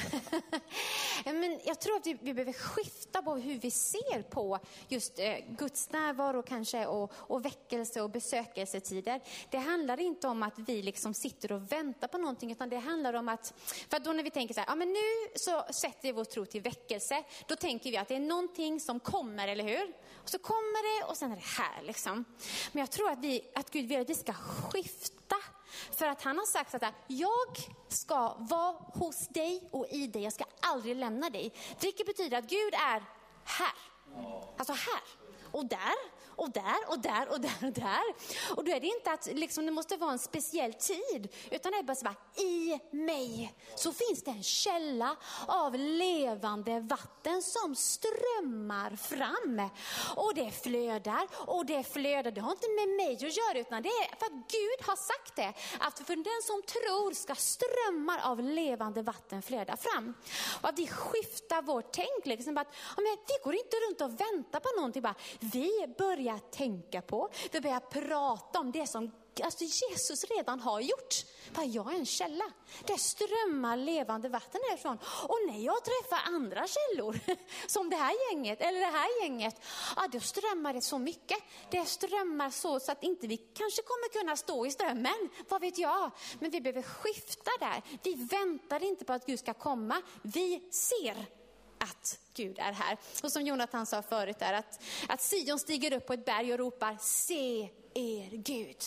men jag tror att vi, vi behöver skifta på hur vi ser på just eh, Guds närvaro kanske och, och väckelse och besökelsetider. Det handlar inte om att vi liksom sitter och väntar på någonting, utan det handlar om att, för att då när vi tänker så här, ja men nu så sätter vi vår tro till väckelse, då tänker vi att det är någonting som kommer, eller hur? Och så kommer det och sen är det här liksom. Men jag tror att, vi, att Gud vill att vi ska skifta. För att han har sagt att jag ska vara hos dig och i dig. Jag ska aldrig lämna dig. Vilket betyder att Gud är här. Alltså här. Och där. Och där och där och där och där. Och då är det inte att liksom, det måste vara en speciell tid. Utan det är bara så här, i mig så finns det en källa av levande vatten som strömmar fram. Och det flödar och det flödar. Det har inte med mig att göra, utan det är för att Gud har sagt det. Att för den som tror ska strömmar av levande vatten flöda fram. Och att vi skiftar vårt tänk. Liksom, att, ja, men vi går inte runt och väntar på någonting. Bara, vi börjar att tänka på. Vi börjar prata om det som alltså Jesus redan har gjort. Bara, jag är en källa. Det strömmar levande vatten därifrån. Och när jag träffar andra källor, som det här gänget eller det här gänget, ja, då strömmar det så mycket. Det strömmar så, så att inte vi kanske kommer kunna stå i strömmen. Vad vet jag? Men vi behöver skifta där. Vi väntar inte på att Gud ska komma. Vi ser att Gud är här. Och som Jonathan sa förut är att, att Sion stiger upp på ett berg och ropar, se er Gud.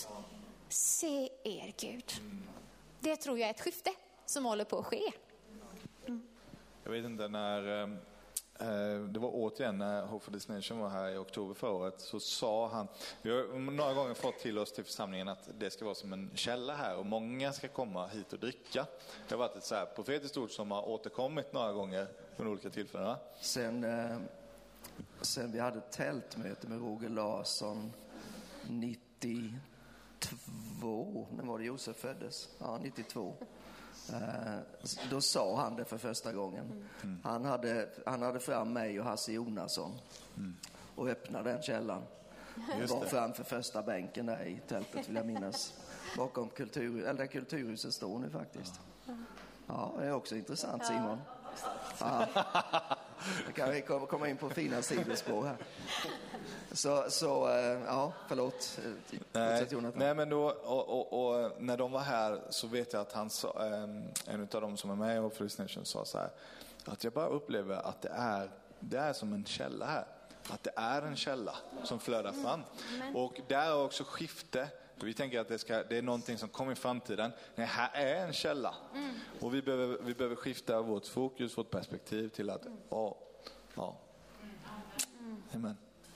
Se er Gud. Det tror jag är ett skifte som håller på att ske. Mm. Jag vet inte när eh, det var återigen när Hope for Destination var här i oktober förra året, så sa han, vi har några gånger fått till oss till församlingen att det ska vara som en källa här och många ska komma hit och dricka. Det har varit ett så här profetiskt ord som har återkommit några gånger från olika tillfällen. Sen, eh, sen vi hade tältmöte med Roger Larsson nittiotvå, när var det Josef föddes? Ja, nittiotvå. Eh, då sa han det för första gången. Mm. Han, hade, han hade fram mig och Hasse Jonasson mm. och öppnade den källan. Just var det. Framför första bänken där i tältet, vill jag minnas. Bakom kultur, eller där kulturhuset står nu faktiskt. Ja, det är också intressant, Simon. Ja. Då kan vi komma in på fina sidospår här. Så, så ja, förlåt. Nej, nej men då, och, och, och när de var här så vet jag att han sa, en av dem som är med i Hope for Destination sa så här, att jag bara upplever att det är, det är som en källa här. Att det är en källa som flödar fram. Och där är också skifte. Vi tänker att det, ska, det är någonting som kommer i framtiden. Nej, här är en källa. Mm. Och vi behöver, vi behöver skifta vårt fokus, vårt perspektiv till att, ja, ja. Amen.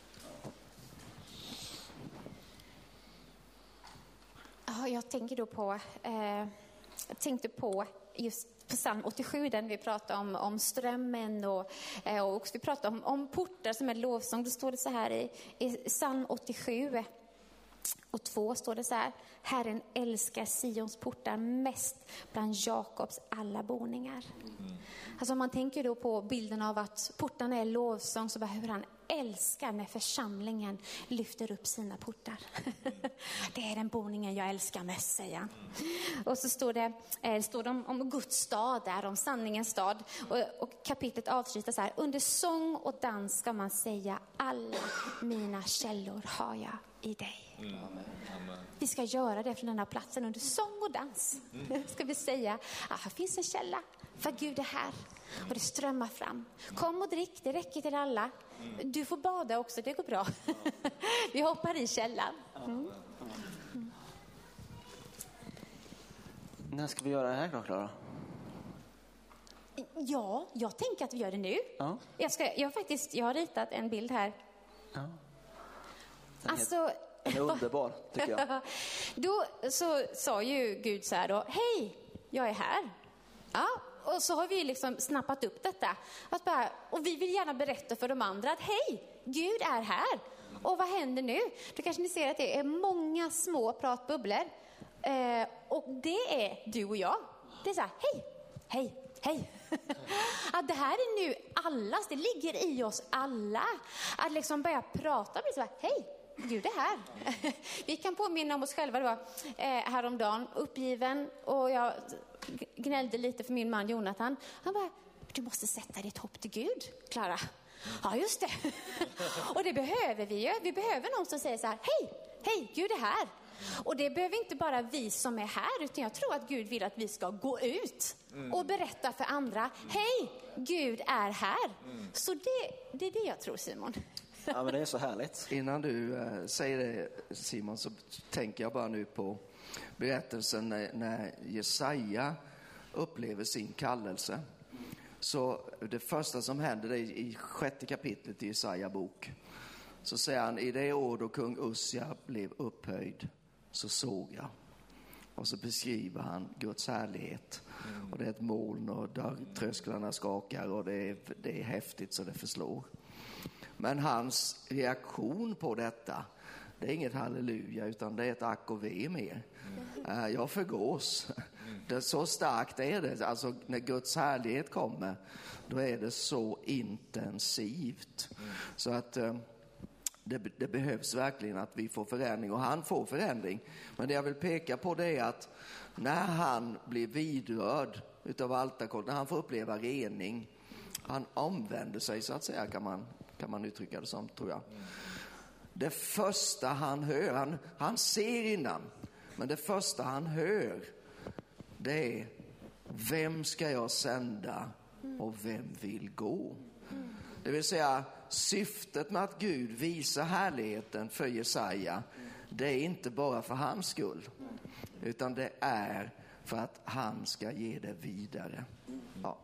Ja, jag tänker då på, eh, jag tänkte på just på psalm åttiosju, den vi pratade om, om strömmen och, eh, och vi pratade om, om portar som är lovsång. Då står det så här i, i psalm åttiosju. och två står det så här: Herren älskar Sions portar mest bland Jakobs alla boningar. Mm. Alltså om man tänker då på bilden av att portarna är lovsång, så behöver han älskar när församlingen lyfter upp sina portar. Det är den boningen jag älskar mest, säger han. Och så står det, eh, står det om, om Guds stad där, om sanningens stad. Och, och kapitlet avslutas så här: under sång och dans ska man säga, alla mina källor har jag i dig. Mm. Vi ska göra det från den här platsen under sång och dans. Mm. Ska vi säga, ah, här finns en källa, för Gud är här. Och det strömmar fram. Kom och drick, det räcker till alla. Du får bada också, det går bra. Vi hoppar i källan. Mm. Mm. När ska vi göra det här då, Klara? Ja, jag tänker att vi gör det nu. Ja. Jag, ska, jag, har faktiskt, jag har ritat en bild här. Ja. Alltså... Den är underbar, tycker jag. Då så sa ju Gud så här då: hej, jag är här. Ja, och så har vi liksom snappat upp detta. Att bara, och vi vill gärna berätta för de andra att hej, Gud är här. Och vad händer nu? Då kanske ni ser att det är många små pratbubblor. Eh, och det är du och jag. Det är så här, hej, hej, hej. Att det här är nu allas, det ligger i oss alla. Att liksom börja prata med så här, hej, Gud är här. Vi kan påminna om oss själva då, eh, häromdagen, uppgiven, och jag gnällde lite för min man Jonathan. Han bara, du måste sätta ditt hopp till Gud, Klara. Ja, just det. Och det behöver vi ju. Vi behöver någon som säger så här, hej, hej, Gud är här. Och det behöver inte bara vi som är här, utan jag tror att Gud vill att vi ska gå ut och berätta för andra, hej, Gud är här. Så det, det är det jag tror, Simon. Ja, men det är så härligt. Innan du äh, säger det, Simon, så tänker jag bara nu på berättelsen när, när Jesaja upplever sin kallelse. Så det första som händer är i sjätte kapitlet i Jesaja bok. Så säger han, i det år då kung Ussia blev upphöjd så såg jag. Och så beskriver han Guds härlighet. Mm. Och det är ett moln och dörrtrösklarna skakar och det är, det är häftigt så det förslår. Men hans reaktion på detta, det är inget halleluja, utan det är ett ack och ve mer. Mm. Jag förgås. Mm. Det är så starkt är det. Alltså när Guds härlighet kommer, då är det så intensivt. Mm. Så att det, det behövs verkligen att vi får förändring. Och han får förändring. Men det jag vill peka på, det är att när han blir vidrörd utav altarkorset, när han får uppleva rening, han omvänder sig, så att säga, kan man kan man uttrycka det som, tror jag. Mm. Det första han hör, han, han ser innan, men det första han hör, det är, vem ska jag sända och vem vill gå? Mm. Det vill säga, syftet med att Gud visar härligheten för Jesaja, det är inte bara för hans skull, utan det är för att han ska ge det vidare. Ja,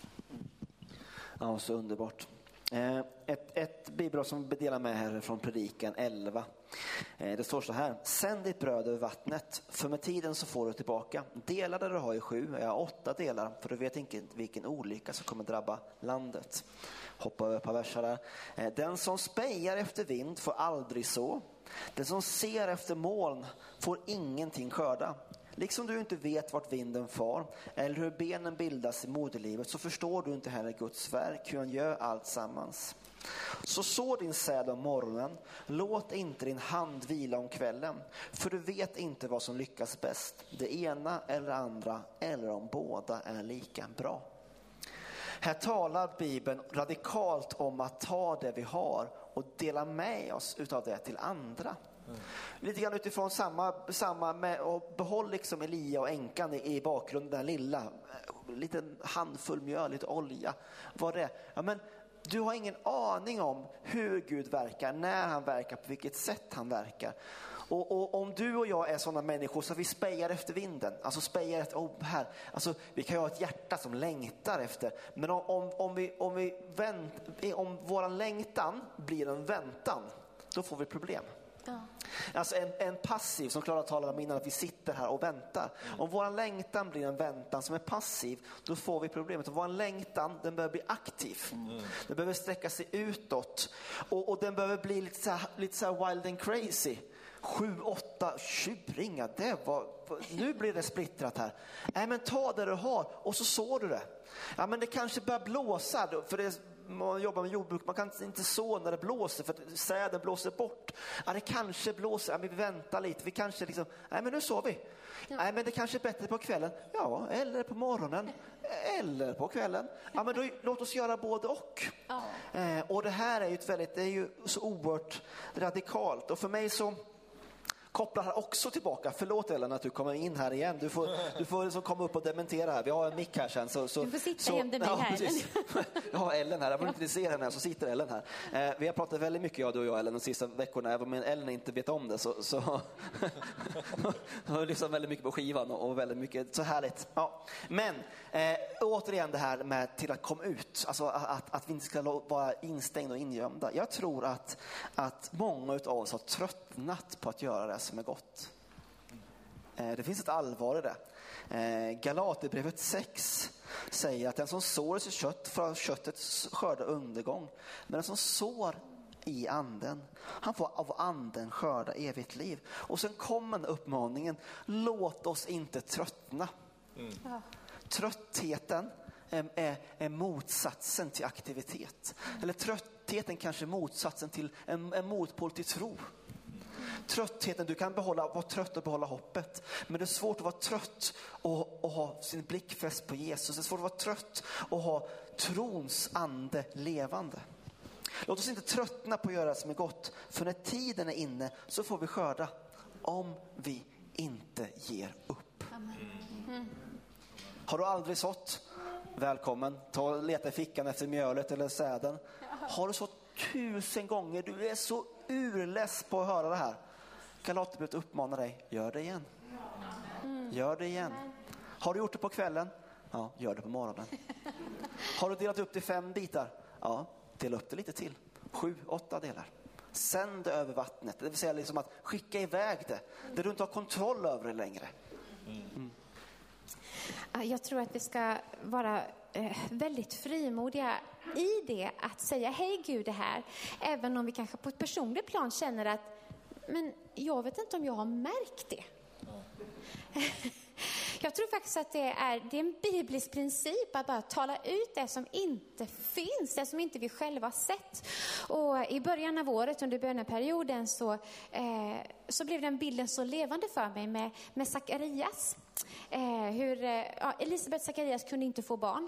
ja, så underbart. Ett, ett bibelord som vi delar med här från predikan elva. Det står så här: sänd ditt bröd över vattnet, för med tiden så får du tillbaka. Dela där du har i sju, jag har åtta delar, för du vet inte vilken olycka som kommer drabba landet. Hoppa över ett par versar där. Den som spejar efter vind får aldrig så. Den som ser efter moln får ingenting skörda. Liksom du inte vet vart vinden far eller hur benen bildas i moderlivet, så förstår du inte heller Guds verk, hur han gör allt sammans. Så så din säd om morgonen, låt inte din hand vila om kvällen, för du vet inte vad som lyckas bäst, det ena eller andra, eller om båda är lika bra. Här talar Bibeln radikalt om att ta det vi har och dela med oss utav det till andra. Mm. Lite grann utifrån samma, samma med, och behåll liksom Elia och änkan i, i bakgrunden, den lilla liten handfull mjöl, lite olja. Vad det är? Ja, men du har ingen aning om hur Gud verkar, när han verkar, på vilket sätt han verkar. Och, och om du och jag är sådana människor så vi spejar efter vinden, alltså spejar efter, oh, här, alltså vi kan ju ha ett hjärta som längtar efter, men om, om, om vi, om vi vänt, om våran längtan blir en väntan, då får vi problem. Ja. Alltså en, en passiv, som Klara talade om innan, att vi sitter här och väntar. Mm. Om våran längtan blir en väntan som är passiv, då får vi problemet. Och våran längtan, den behöver bli aktiv. Mm. Den behöver sträcka sig utåt. Och, och den behöver bli lite så här, lite så här wild and crazy. Sju, åtta tjuringar, det var, nu blir det splittrat här. Nej, men ta det du har och så sår du det. Ja, men det kanske börjar blåsa, för det, man jobbar med jordbruk, man kan inte så när det blåser för att säden blåser bort. Ja, det kanske blåser, ja, men vi väntar lite, vi kanske liksom, nej men nu sår vi. Ja. Nej, men det kanske är bättre på kvällen. Ja, eller på morgonen. Eller på kvällen. Ja, men då, låt oss göra både och. Ja. Eh, och det här är ju ett väldigt, det är ju så oerhört radikalt. Och för mig så kopplar här också tillbaka. Förlåt Ellen att du kommer in här igen. Du får, du får liksom komma upp och dementera här. Vi har en mick här sen. Så, så, du får sitta så, jämte mig ja, här. Precis. Jag har Ellen här. Jag får inte se henne här, så sitter Ellen här. Eh, vi har pratat väldigt mycket, jag, du och jag, Ellen, de sista veckorna. Även om Ellen inte vet om det så, så har vi lyssnat väldigt mycket på skivan och, och väldigt mycket, så härligt. Ja. Men eh, återigen det här med till att komma ut. Alltså att, att vi inte ska vara instängda och ingömda. Jag tror att, att många av oss har tröttnat på att göra det som är gott. Det finns ett allvar i det. Galaterbrevet sex säger att den som sår sitt kött får köttet skörda undergång. Men den som sår i anden, han får av anden skörda evigt liv. Och sen kommer uppmaningen, låt oss inte tröttna. Mm. Ja. Tröttheten är, är, är motsatsen till aktivitet. Mm. Eller tröttheten kanske är motsatsen till en, en motpol till tro. Tröttheten, du kan behålla, vara trött och behålla hoppet. Men det är svårt att vara trött och, och ha sin blick fäst på Jesus. Det är svårt att vara trött och ha trons ande levande. Låt oss inte tröttna på att göra det som är gott. För när tiden är inne så får vi skörda. Om vi inte ger upp. Mm. Har du aldrig sått? Välkommen. Ta och leta i fickan efter mjölet eller säden. Har du sått tusen gånger? Du är så urless på att höra det här. Galaterbrevet uppmanar dig, gör det igen. Gör det igen. Har du gjort det på kvällen? Ja, gör det på morgonen. Har du delat upp det i fem bitar? Ja, dela upp det lite till. Sju, åtta delar. Sänd det över vattnet. Det vill säga liksom att skicka iväg det. Där du inte har kontroll över det längre. Mm. Jag tror att vi ska vara eh, väldigt frimodiga i det att säga hej Gud det här. Även om vi kanske på ett personligt plan känner att men jag vet inte om jag har märkt det. Jag tror faktiskt att det är, det är en biblisk princip att bara tala ut det som inte finns, det som inte vi själva har sett. Och i början av året under böneperioden så, eh, så blev den bilden så levande för mig med, med Sakarias. Eh, hur eh, ja, Elisabeth Sakarias kunde inte få barn.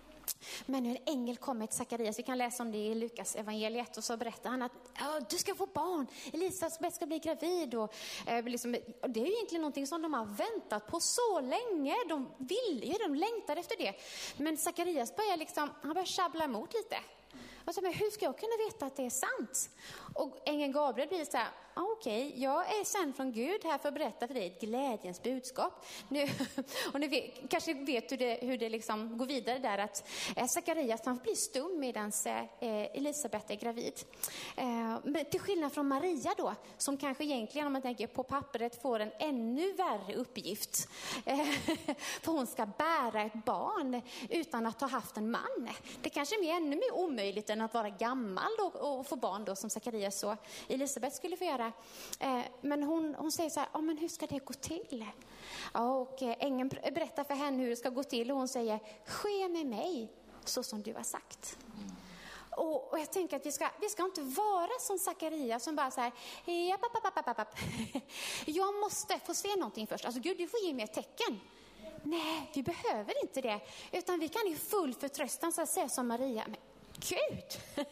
Men hur en ängel kommer till Sakarias, vi kan läsa om det i Lukas evangeliet, och så berättar han att ja, du ska få barn, Elisabeth ska bli gravid och, eh, liksom, och det är ju egentligen någonting som de har väntat på så länge, de vill ju, de längtar efter det. Men Sakarias börjar liksom, han börjar sjabbla emot lite. Och så, men hur ska jag kunna veta att det är sant? Och ängeln Gabriel blir så här, ah, okej, okay, jag är sänd från Gud här för att berätta för dig ett glädjens budskap. Nu, och ni vet, kanske vet hur det, hur det liksom går vidare där, att eh, Sakarias han blir stum medan eh, Elisabeth är gravid. Eh, men till skillnad från Maria då, som kanske egentligen om man tänker på pappret får en ännu värre uppgift. Eh, för hon ska bära ett barn utan att ha haft en man. Det kanske är ännu mer omöjligt än att vara gammal och, och få barn då som Sakarias och Elisabeth skulle få göra. Eh, men hon, hon säger så här, ah, men hur ska det gå till? Ja, och eh, ängeln berättar för henne hur det ska gå till och hon säger, ske med mig så som du har sagt. Mm. Och, och jag tänker att vi ska, vi ska inte vara som Sakarias som bara så här, ja, papp, papp, papp, papp. Jag måste få se någonting först. Alltså Gud, du får ge mig ett tecken. Nej, vi behöver inte det. Utan vi kan i full förtröstan så att säga som Maria, men Gud,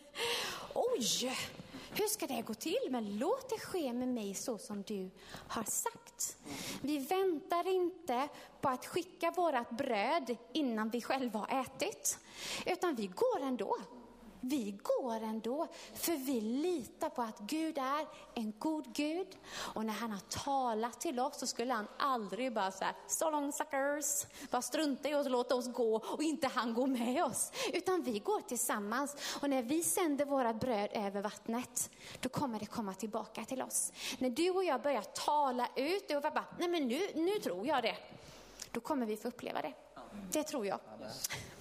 oj, hur ska det gå till? Men låt det ske med mig så som du har sagt. Vi väntar inte på att skicka vårat bröd innan vi själva har ätit. Utan vi går ändå. Vi går ändå, för vi litar på att Gud är en god Gud. Och när han har talat till oss så skulle han aldrig bara säga, so long suckers, bara strunta i oss och låta oss gå och inte han gå med oss. Utan vi går tillsammans, och när vi sänder våra bröd över vattnet, då kommer det komma tillbaka till oss. När du och jag börjar tala ut och bara, nej men nu, nu tror jag det. Då kommer vi få uppleva det. Det tror jag.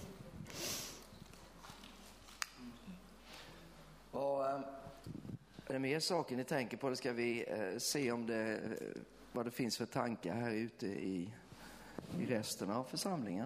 Och, Är det mer saker ni tänker på? Det ska vi eh, se om det, eh, vad det finns för tankar här ute i, i resten av församlingen.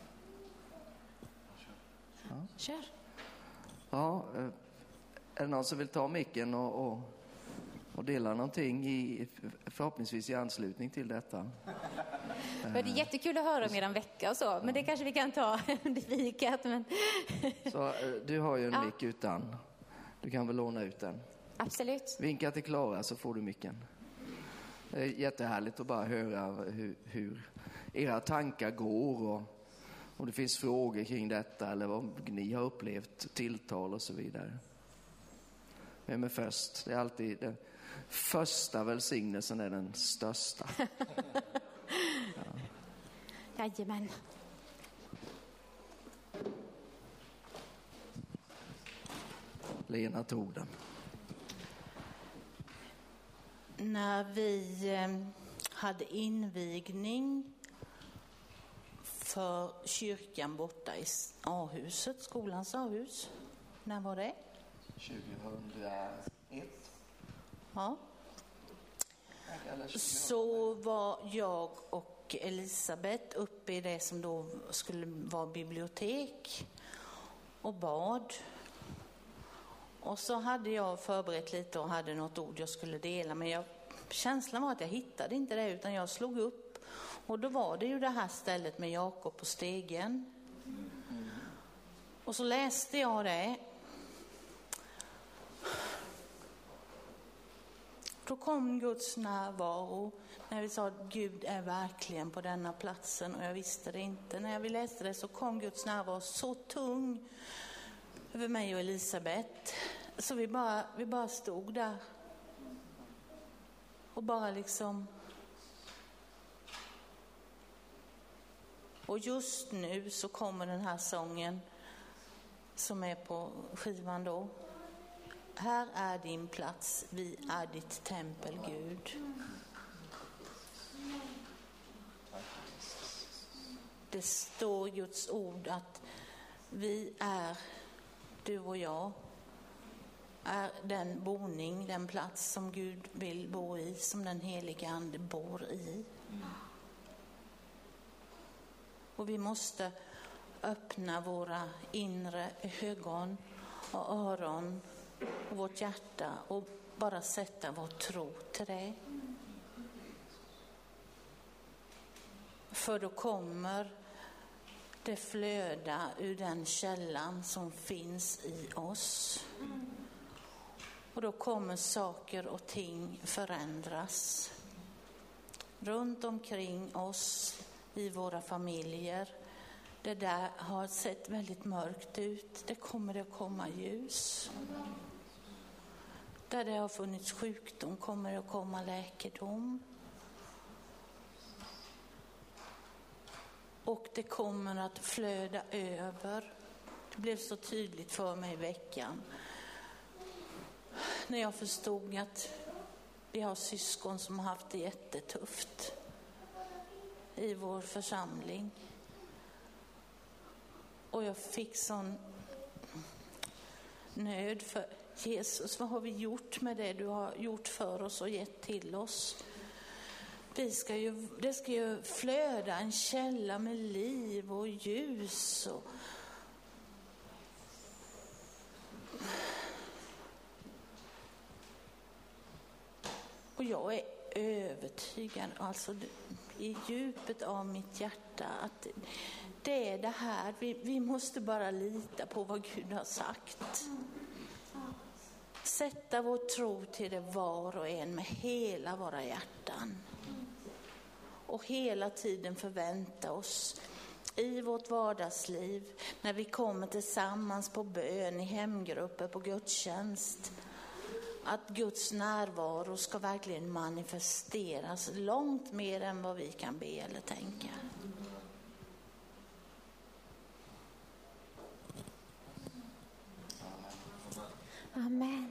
Ja. Kör. Ja, eh, är det någon som vill ta micken och, och, och dela någonting i, förhoppningsvis i anslutning till detta? Det är jättekul att höra om er vecka och så, men det kanske vi kan ta under fikat. Men... Så eh, du har ju en Ja. mick utan. Du kan väl låna ut den. Absolut. Vinka till Klara så får du micken. Det är jättehärligt att bara höra hur, hur era tankar går och om det finns frågor kring detta eller vad ni har upplevt, tilltal och så vidare. Vem är först? Det är alltid den första välsignelsen är den största. Ja. Jajamän. Lena tog den. När vi eh, hade invigning för kyrkan borta i A-huset, skolans A-hus. När var det? tjugohundraett. Ja. Så var jag och Elisabeth uppe i det som då skulle vara bibliotek och bad. Och så hade jag förberett lite och hade något ord jag skulle dela. Men jag, känslan var att jag hittade inte det utan jag slog upp. Och då var det ju det här stället med Jakob på stegen. Och så läste jag det. Då kom Guds närvaro. När vi sa att Gud är verkligen på denna platsen. Och jag visste det inte. När vi läste det så kom Guds närvaro så tung över mig och Elisabeth. Så vi bara, vi bara stod där. Och bara liksom... Och just nu så kommer den här sången som är på skivan då. Här är din plats, vi är ditt tempel, Gud. Det står i Guds ord att vi är, du och jag, är den boning, den plats som Gud vill bo i, som den heliga ande bor i. Och vi måste öppna våra inre ögon och öron och vårt hjärta och bara sätta vår tro till det. För då kommer det flöda ur den källan som finns i oss. Och då kommer saker och ting förändras. Runt omkring oss, i våra familjer. Det där har sett väldigt mörkt ut. Det kommer det att komma ljus. Där det har funnits sjukdom kommer det att komma läkedom. Och det kommer att flöda över. Det blev så tydligt för mig i veckan. När jag förstod att vi har syskon som har haft det jättetufft i vår församling. Och jag fick sån nöd för Jesus. Vad har vi gjort med det du har gjort för oss och gett till oss? Vi ska ju, det ska ju flöda en källa med liv och ljus. Och Och jag är övertygad, alltså i djupet av mitt hjärta, att det är det här. Vi, vi måste bara lita på vad Gud har sagt. Sätta vår tro till det var och en med hela våra hjärtan. Och hela tiden förvänta oss i vårt vardagsliv, när vi kommer tillsammans på bön, i hemgrupper, på gudstjänst, att Guds närvaro ska verkligen manifesteras långt mer än vad vi kan be eller tänka. Amen.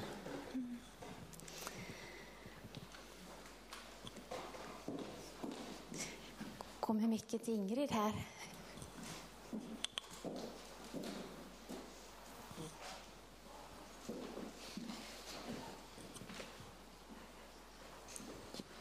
Kommer mycket till Ingrid här.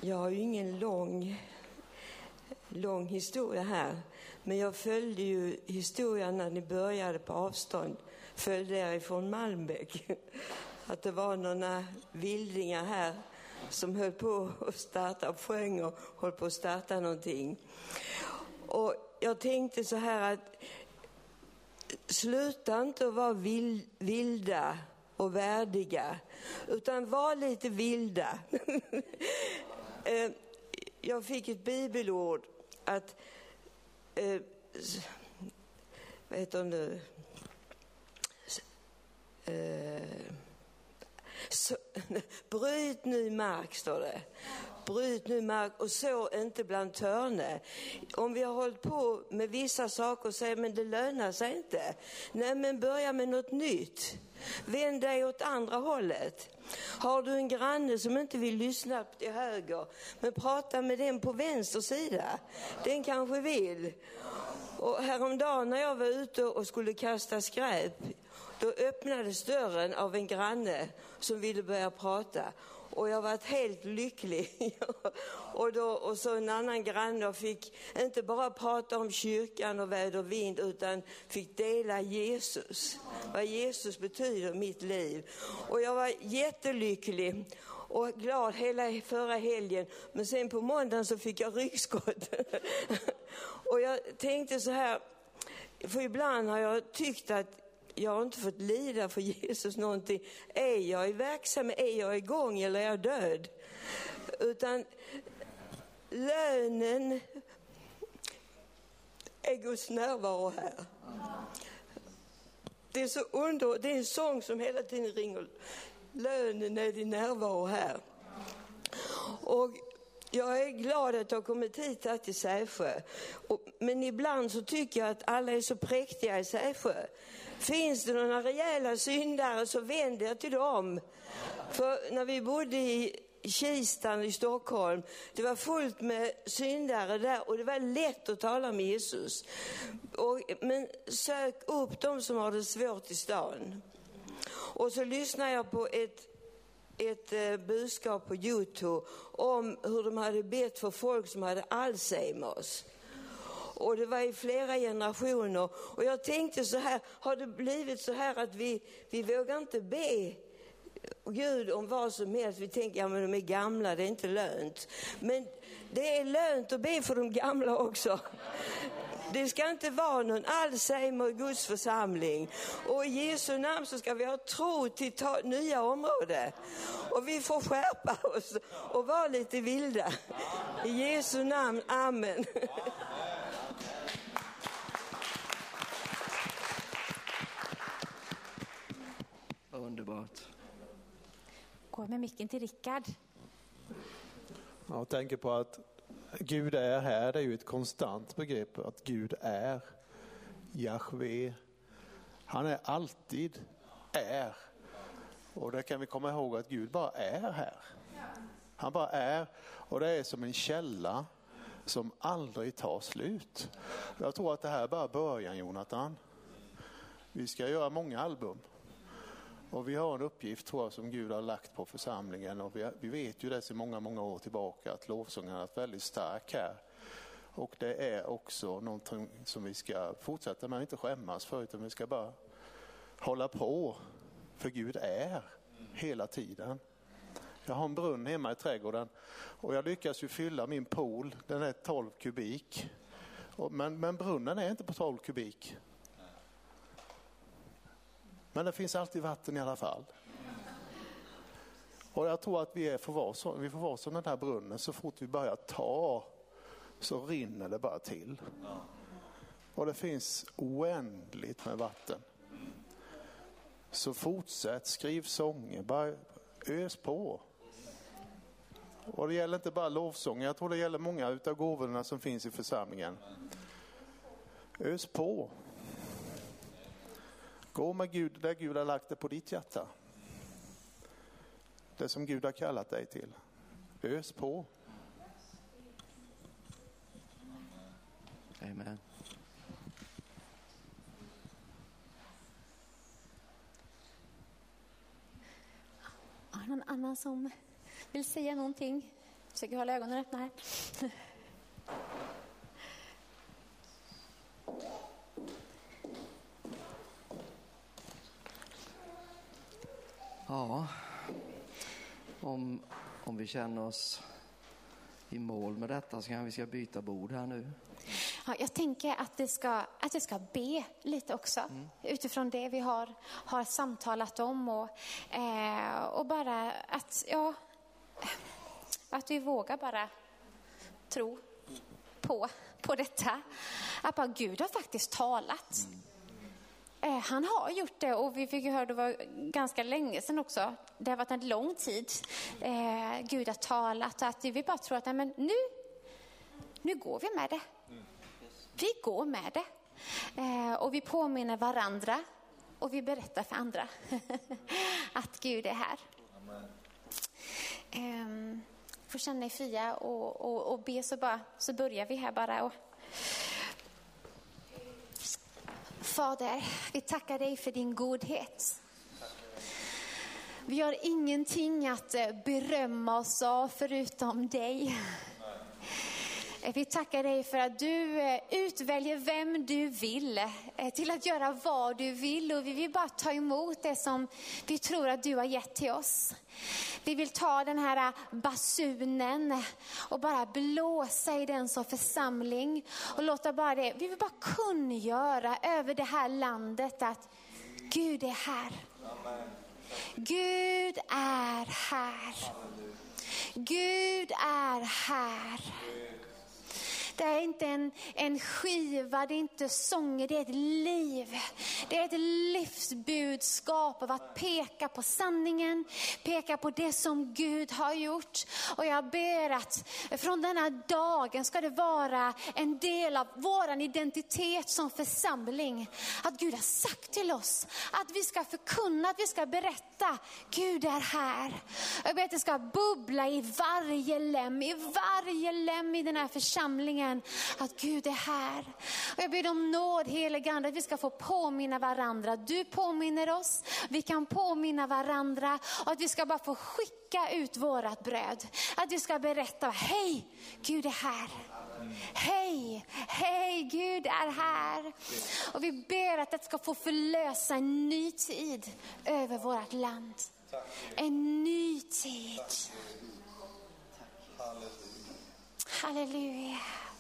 Jag har ju ingen lång, lång historia här. Men jag följde ju historien när ni började på avstånd. Följde er ifrån Malmbäck. Att det var några vildingar här som höll på att starta och sjöng och höll på att starta någonting. Och jag tänkte så här att sluta inte att vara vilda och värdiga, utan var lite vilda. Jag fick ett bibelord att eh, vad heter det? Eh, så, bryt ny mark, står det. Bryt ny mark och så inte bland törne. Om vi har hållit på med vissa saker och säger men det lönar sig inte. Nej, men börja med något nytt. Vänd dig åt andra hållet. Har du en granne som inte vill lyssna till höger, men prata med den på vänster sida. Den kanske vill. Och häromdagen när jag var ute och skulle kasta skräp, då öppnades dörren av en granne som ville börja prata. Och jag var helt lycklig. och, då, och så en annan granne fick inte bara prata om kyrkan och väder och vind, utan fick dela Jesus. Vad Jesus betyder i mitt liv. Och jag var jättelycklig och glad hela förra helgen. Men sen på måndagen så fick jag ryggskott. och jag tänkte så här, för ibland har jag tyckt att jag har inte fått lida för Jesus någonting. Är jag i verksamhet, är jag igång eller är jag död? Utan lönen är Guds närvaro här. Det är så under, det är en sång som hela tiden ringer. Lönen är din närvaro här. Och jag är glad att jag har kommit hit här till Sävsjö. Och, men ibland så tycker jag att alla är så präktiga i Sävsjö. Finns det några rejäla syndare så vänd er till dem. För när vi bodde i Kistan i Stockholm, det var fullt med syndare där och det var lätt att tala med Jesus. Och, men sök upp de som har det svårt i stan. Och så lyssnar jag på ett ett eh, budskap på YouTube om hur de hade bett för folk som hade Alzheimers. Och det var i flera generationer. Och jag tänkte så här, har det blivit så här att vi, vi vågar inte be Gud om vad som helst. Vi tänker, ja men de är gamla, det är inte lönt. Men det är lönt att be för de gamla också. Det ska inte vara någon Alzheimer i Guds församling. Och i Jesu namn så ska vi ha tro till ta- nya områden. Och vi får skärpa oss och vara lite vilda. I Jesu namn, amen. Underbart. Gå med micken till Rickard. Jag tänker på att Gud är här, det är ju ett konstant begrepp, att Gud är Jahve. Han är alltid är. Och det kan vi komma ihåg att Gud bara är här. Han bara är, och det är som en källa som aldrig tar slut. Jag tror att det här bara början, Jonathan. Vi ska göra många album. Och vi har en uppgift, tror jag, som Gud har lagt på församlingen. Och vi, vi vet ju det sedan många, många år tillbaka att lovsången är väldigt stark här. Och det är också någonting som vi ska fortsätta med, inte skämmas för, utan vi ska bara hålla på. För Gud är hela tiden. Jag har en brunn hemma i trädgården och jag lyckas ju fylla min pool. Den är tolv kubik. Och, men, men brunnen är inte på tolv kubik. Men det finns alltid vatten i alla fall. Och jag tror att vi, är får vara så, vi får vara som den här brunnen. Så fort vi börjar ta så rinner det bara till. Och det finns oändligt med vatten. Så fortsätt, skriv sånger, bara ös på. Och det gäller inte bara lovsånger, jag tror det gäller många utav gåvorna som finns i församlingen. Ös på. Gå med Gud där Gud har lagt det på ditt hjärta. Det som Gud har kallat dig till. Ös på. Amen. Har någon annan som vill säga någonting? Försöker hålla ögonen öppna här. Ja, om, om vi känner oss i mål med detta så kan vi ska byta bord här nu. Ja, jag tänker att vi ska, att vi ska be lite också mm. utifrån det vi har, har samtalat om och, eh, och bara att, ja, att vi vågar bara tro på, på detta. Att bara Gud har faktiskt talat. Mm. Eh, han har gjort det och vi fick ju höra det var ganska länge sedan också. Det har varit en lång tid. Eh, Gud har talat och att vi bara tror att nej, men nu, nu går vi med det. Vi går med det. Eh, och vi påminner varandra och vi berättar för andra att Gud är här. Eh, får känna er fria och, och, och be så, bara, så börjar vi här bara. Och... Fader, vi tackar dig för din godhet. Vi har ingenting att berömma oss av förutom dig. Vi tackar dig för att du utväljer vem du vill till att göra vad du vill. Och vi vill bara ta emot det som vi tror att du har gett till oss. Vi vill ta den här basunen och bara blåsa i den som församling. Och låta bara det, vi vill bara kungöra över det här landet att Gud är här. Gud är här. Gud är här. Det är inte en, en skiva, det är inte sånger, det är ett liv. Det är ett livsbudskap av att peka på sanningen, peka på det som Gud har gjort. Och jag ber att från denna dagen ska det vara en del av våran identitet som församling. Att Gud har sagt till oss att vi ska förkunna, att vi ska berätta, Gud är här. Jag ber att det ska bubbla i varje lem, i varje lem i den här församlingen. Att Gud är här. Och jag ber om nåd, heliga Ande, att vi ska få påminna varandra. Du påminner oss, vi kan påminna varandra. Och att vi ska bara få skicka ut vårat bröd. Att vi ska berätta, hej, Gud är här. Hej, hej, Gud är här. Och vi ber att det ska få förlösa en ny tid över vårt land. En ny tid. Halleluja.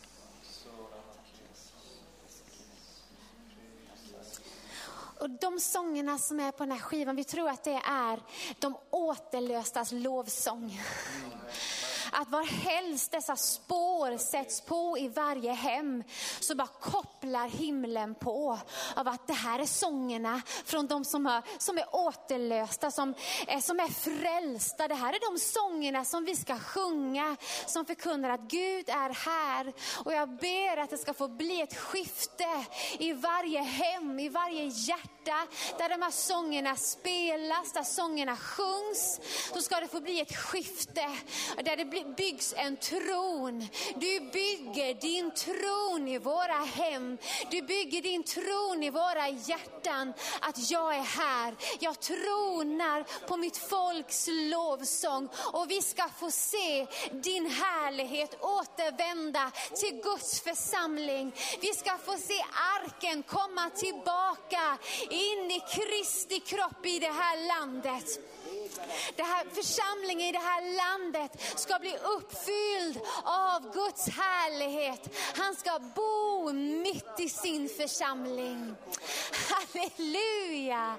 Och de sångerna som är på den här skivan, vi tror att det är de återlöstas lovsång. Att var helst dessa spår sätts på i varje hem så bara kopplar himlen på av att det här är sångerna från de som, har, som är återlösta, som är, som är frälsta. Det här är de sångerna som vi ska sjunga, som förkunnar att Gud är här. Och jag ber att det ska få bli ett skifte i varje hem, i varje hjärta, där de här sångerna spelas, där sångerna sjungs. Så ska det få bli ett skifte där det blir byggs en tron. Du bygger din tron i våra hem. Du bygger din tron i våra hjärtan. Att jag är här. Jag tronar på mitt folks lovsång. Och vi ska få se din härlighet återvända till Guds församling. Vi ska få se arken komma tillbaka in i Kristi kropp i det här landet. Det här församlingen i det här landet ska bli uppfylld av Guds härlighet. Han ska bo mitt i sin församling. Halleluja,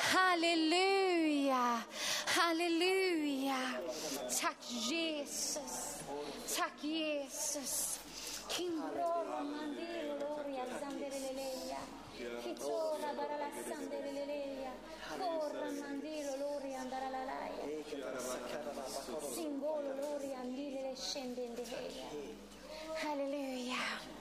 halleluja, halleluja. Tack Jesus, tack Jesus. Kimbrolo mandilo ria zandeleleia. Kitora barala zandeleleia. Corra mandilo lori andare alla laia. Simbolo lori andile scende in deheia. Halleluja.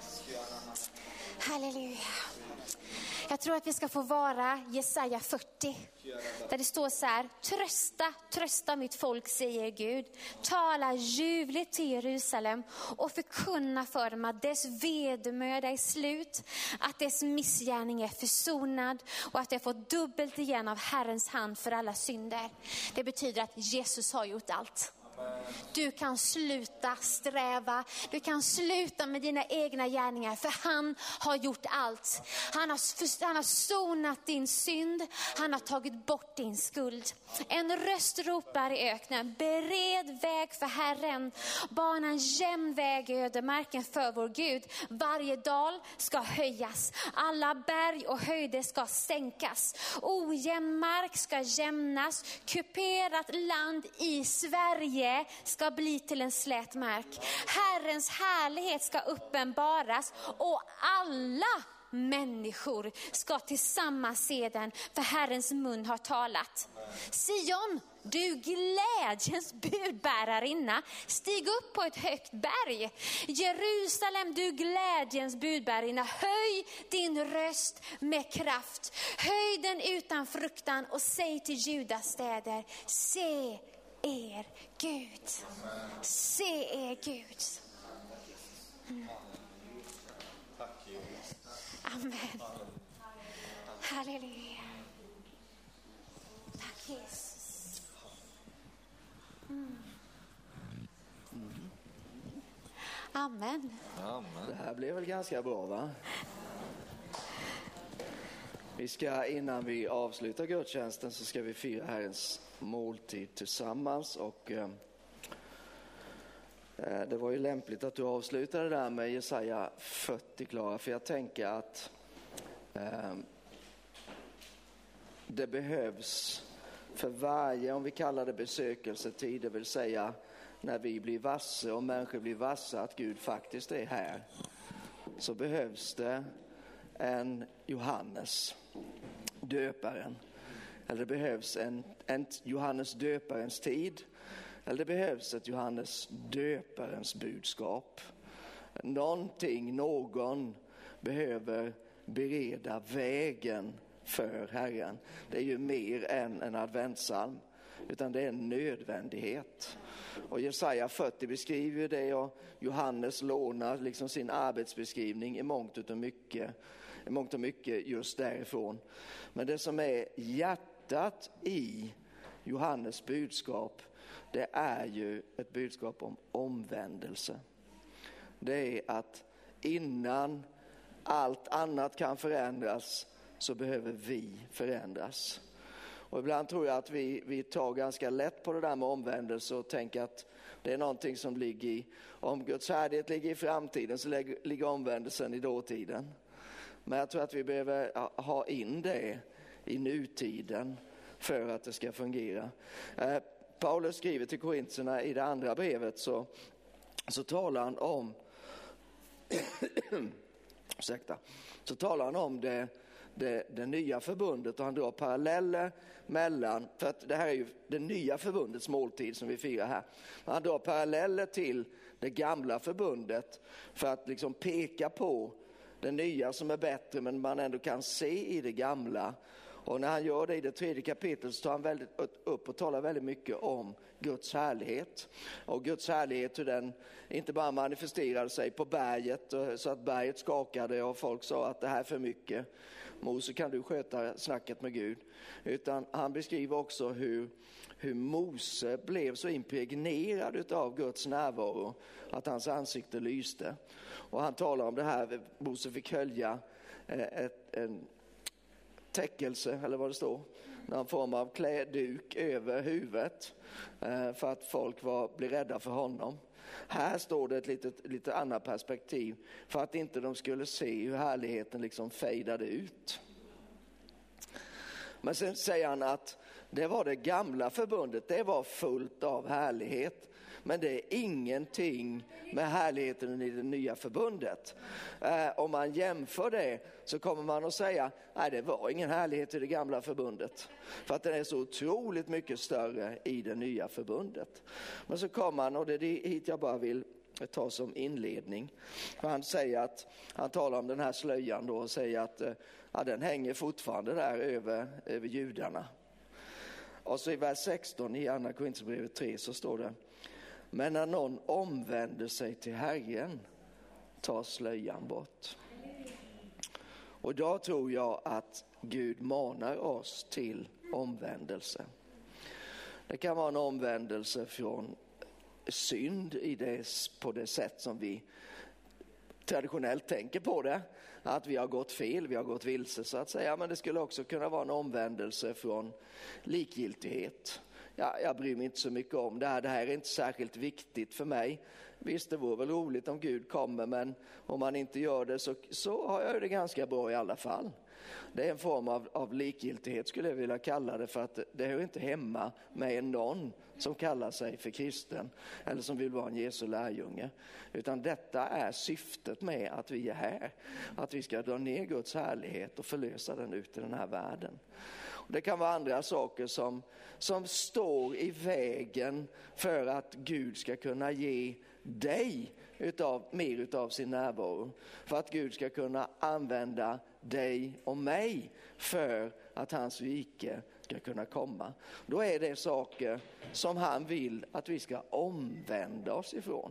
Halleluja. Jag tror att vi ska få vara Jesaja fyrtio. Där det står så här: trösta, trösta mitt folk, säger Gud. Tala ljuvligt till Jerusalem och förkunna för dem att dess vedermöda är slut, att dess missgärning är försonad och att det får dubbelt igen av Herrens hand för alla synder. Det betyder att Jesus har gjort allt. Du kan sluta sträva. Du kan sluta med dina egna gärningar. För han har gjort allt. Han har, han har sonat din synd. Han har tagit bort din skuld. En röst ropar i öknen. Bered väg för Herren. Bana en jämn väg i ödemarken för vår Gud. Varje dal ska höjas. Alla berg och höjder ska sänkas. Ojämn mark ska jämnas. Kuperat land i Sverige ska bli till en slät mark. Herrens härlighet ska uppenbaras och alla människor ska tillsammans se den, för Herrens mun har talat. Sion, du glädjens budbärarinna, stig upp på ett högt berg. Jerusalem, du glädjens budbärarinna, höj din röst med kraft. Höj den utan fruktan och säg till Judas städer, se er Gud. Se er Gud. Mm. Amen. Halleluja. Tack Jesus. Mm. Mm. Amen. Det här blev väl ganska bra, va? Vi ska, innan vi avslutar gudstjänsten, så ska vi fira Herrens måltid tillsammans. Och eh, det var ju lämpligt att du avslutade där med Jesaja fyrtio, Klara, för jag tänker att eh, det behövs för varje, om vi kallar det besökelsetid, det vill säga när vi blir varse och människor blir varse att Gud faktiskt är här, så behövs det en Johannes döparen. Eller det behövs en, en Johannes döparens tid. Eller det behövs ett Johannes döparens budskap. Någonting, någon behöver bereda vägen för Herren. Det är ju mer än en adventssalm, utan det är en nödvändighet. Och Jesaja fyrtio beskriver det, och Johannes lånar liksom sin arbetsbeskrivning i mångt och mycket, i mångt och mycket just därifrån. Men det som är hjärtat i Johannes budskap, det är ju ett budskap om omvändelse. Det är att innan allt annat kan förändras så behöver vi förändras. Och ibland tror jag att vi, vi tar ganska lätt på det där med omvändelse och tänker att det är någonting som ligger i, om Guds härlighet ligger i framtiden så ligger omvändelsen i dåtiden. Men jag tror att vi behöver ha in det i nutiden för att det ska fungera. Eh, Paulus skriver till korintierna i det andra brevet, så, så talar han om ursäkta, så talar han om det, det, det nya förbundet, och han drar paralleller mellan, för att det här är ju det nya förbundets måltid som vi firar här. Han drar paralleller till det gamla förbundet för att liksom peka på det nya som är bättre, men man ändå kan se i det gamla. Och när han gör det i det tredje kapitlet så tar han väldigt upp och talar väldigt mycket om Guds härlighet. Och Guds härlighet, hur den inte bara manifesterade sig på berget så att berget skakade och folk sa att det här är för mycket. Mose, kan du sköta snacket med Gud? Utan han beskriver också hur, hur Mose blev så impregnerad av Guds närvaro att hans ansikte lyste. Och han talar om det här, Mose fick hölja ett, en täckelse, eller vad det står, någon form av klädduk över huvudet för att folk var, blev rädda för honom. Här står det ett litet, lite annat perspektiv, för att inte de skulle se hur härligheten liksom fejdade ut. Men sen säger han att det var det gamla förbundet, det var fullt av härlighet. Men det är ingenting med härligheten i det nya förbundet. Eh, om man jämför det så kommer man att säga, nej, det var ingen härlighet i det gamla förbundet. För att den är så otroligt mycket större i det nya förbundet. Men så kommer man, och det är hit jag bara vill ta som inledning. För han säger att, han talar om den här slöjan då och säger att ja, den hänger fortfarande där över, över judarna. Och så i vers sexton i Andra Korinthierbrevet tre så står det: men när någon omvänder sig till Herren tar slöjan bort. Och då tror jag att Gud manar oss till omvändelse. Det kan vara en omvändelse från synd i det, på det sätt som vi traditionellt tänker på det. Att vi har gått fel, vi har gått vilse så att säga. Men det skulle också kunna vara en omvändelse från likgiltighet. Ja, jag bryr mig inte så mycket om det här. Det här är inte särskilt viktigt för mig. Visst, det vore väl roligt om Gud kommer, men om man inte gör det så, så har jag det ganska bra i alla fall. Det är en form av, av likgiltighet skulle jag vilja kalla det, för att det hör inte hemma med någon som kallar sig för kristen eller som vill vara en Jesu lärjunge. Utan detta är syftet med att vi är här. Att vi ska dra ner Guds härlighet och förlösa den ut i den här världen. Och det kan vara andra saker som, som står i vägen för att Gud ska kunna ge dig utav, mer utav sin närvaro. För att Gud ska kunna använda dig och mig för att hans rike ska kunna komma. Då är det saker som han vill att vi ska omvända oss ifrån.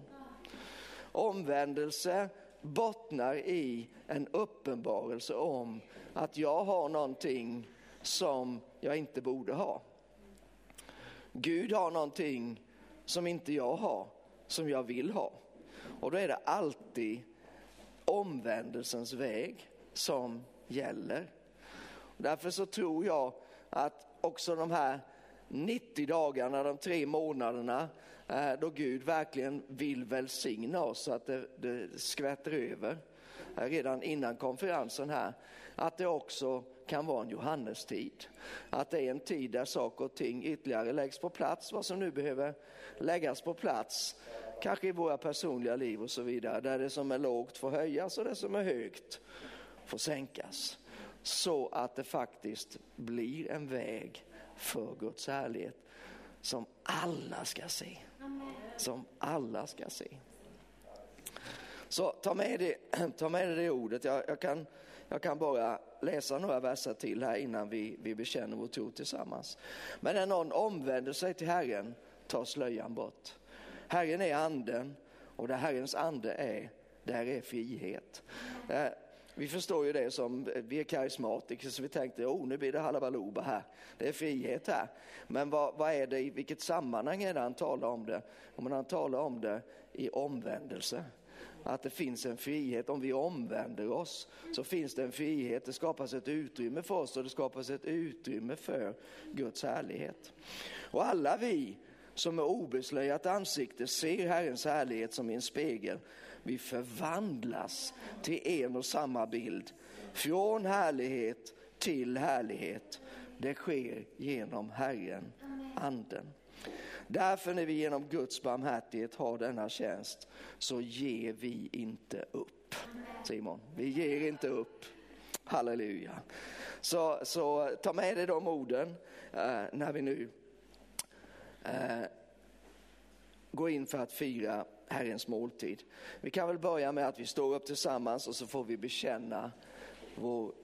Omvändelse bottnar i en uppenbarelse om att jag har någonting som jag inte borde ha. Gud har någonting som inte jag har, som jag vill ha. Och då är det alltid omvändelsens väg som gäller. Därför så tror jag att också de här nittio dagarna, de tre månaderna då Gud verkligen vill välsigna oss så att det, det skvätter över redan innan konferensen här, att det också kan vara en Johannestid. Att det är en tid där saker och ting ytterligare läggs på plats, vad som nu behöver läggas på plats, kanske i våra personliga liv och så vidare, där det som är lågt får höjas och det som är högt får sänkas. Så att det faktiskt blir en väg för Guds härlighet som alla ska se. Som alla ska se. Så ta med det, ta med det, det ordet. Jag, jag, kan, jag kan bara läsa några verser till här innan vi, vi bekänner vår tro tillsammans. Men när någon omvänder sig till Herren tar slöjan bort. Herren är anden, och där Herrens ande är, där är frihet. Eh, vi förstår ju det som, vi är karismatiker, så vi tänkte, oh, nu blir det halabaluba här. Det är frihet här. Men vad, vad är det, i vilket sammanhang är det han talar om det? Om han talar om det i omvändelse. Att det finns en frihet. Om vi omvänder oss så finns det en frihet. Det skapas ett utrymme för oss och det skapas ett utrymme för Guds härlighet. Och alla vi som med obeslöjat ansikte ser Herrens härlighet som i en spegel, vi förvandlas till en och samma bild. Från härlighet till härlighet. Det sker genom Herren, anden. Därför när vi genom Guds barmhärtighet har denna tjänst så ger vi inte upp. Simon, vi ger inte upp. Halleluja. Så, så ta med dig de orden eh, när vi nu eh, går in för att fira Herrens måltid. Vi kan väl börja med att vi står upp tillsammans och så får vi bekänna vår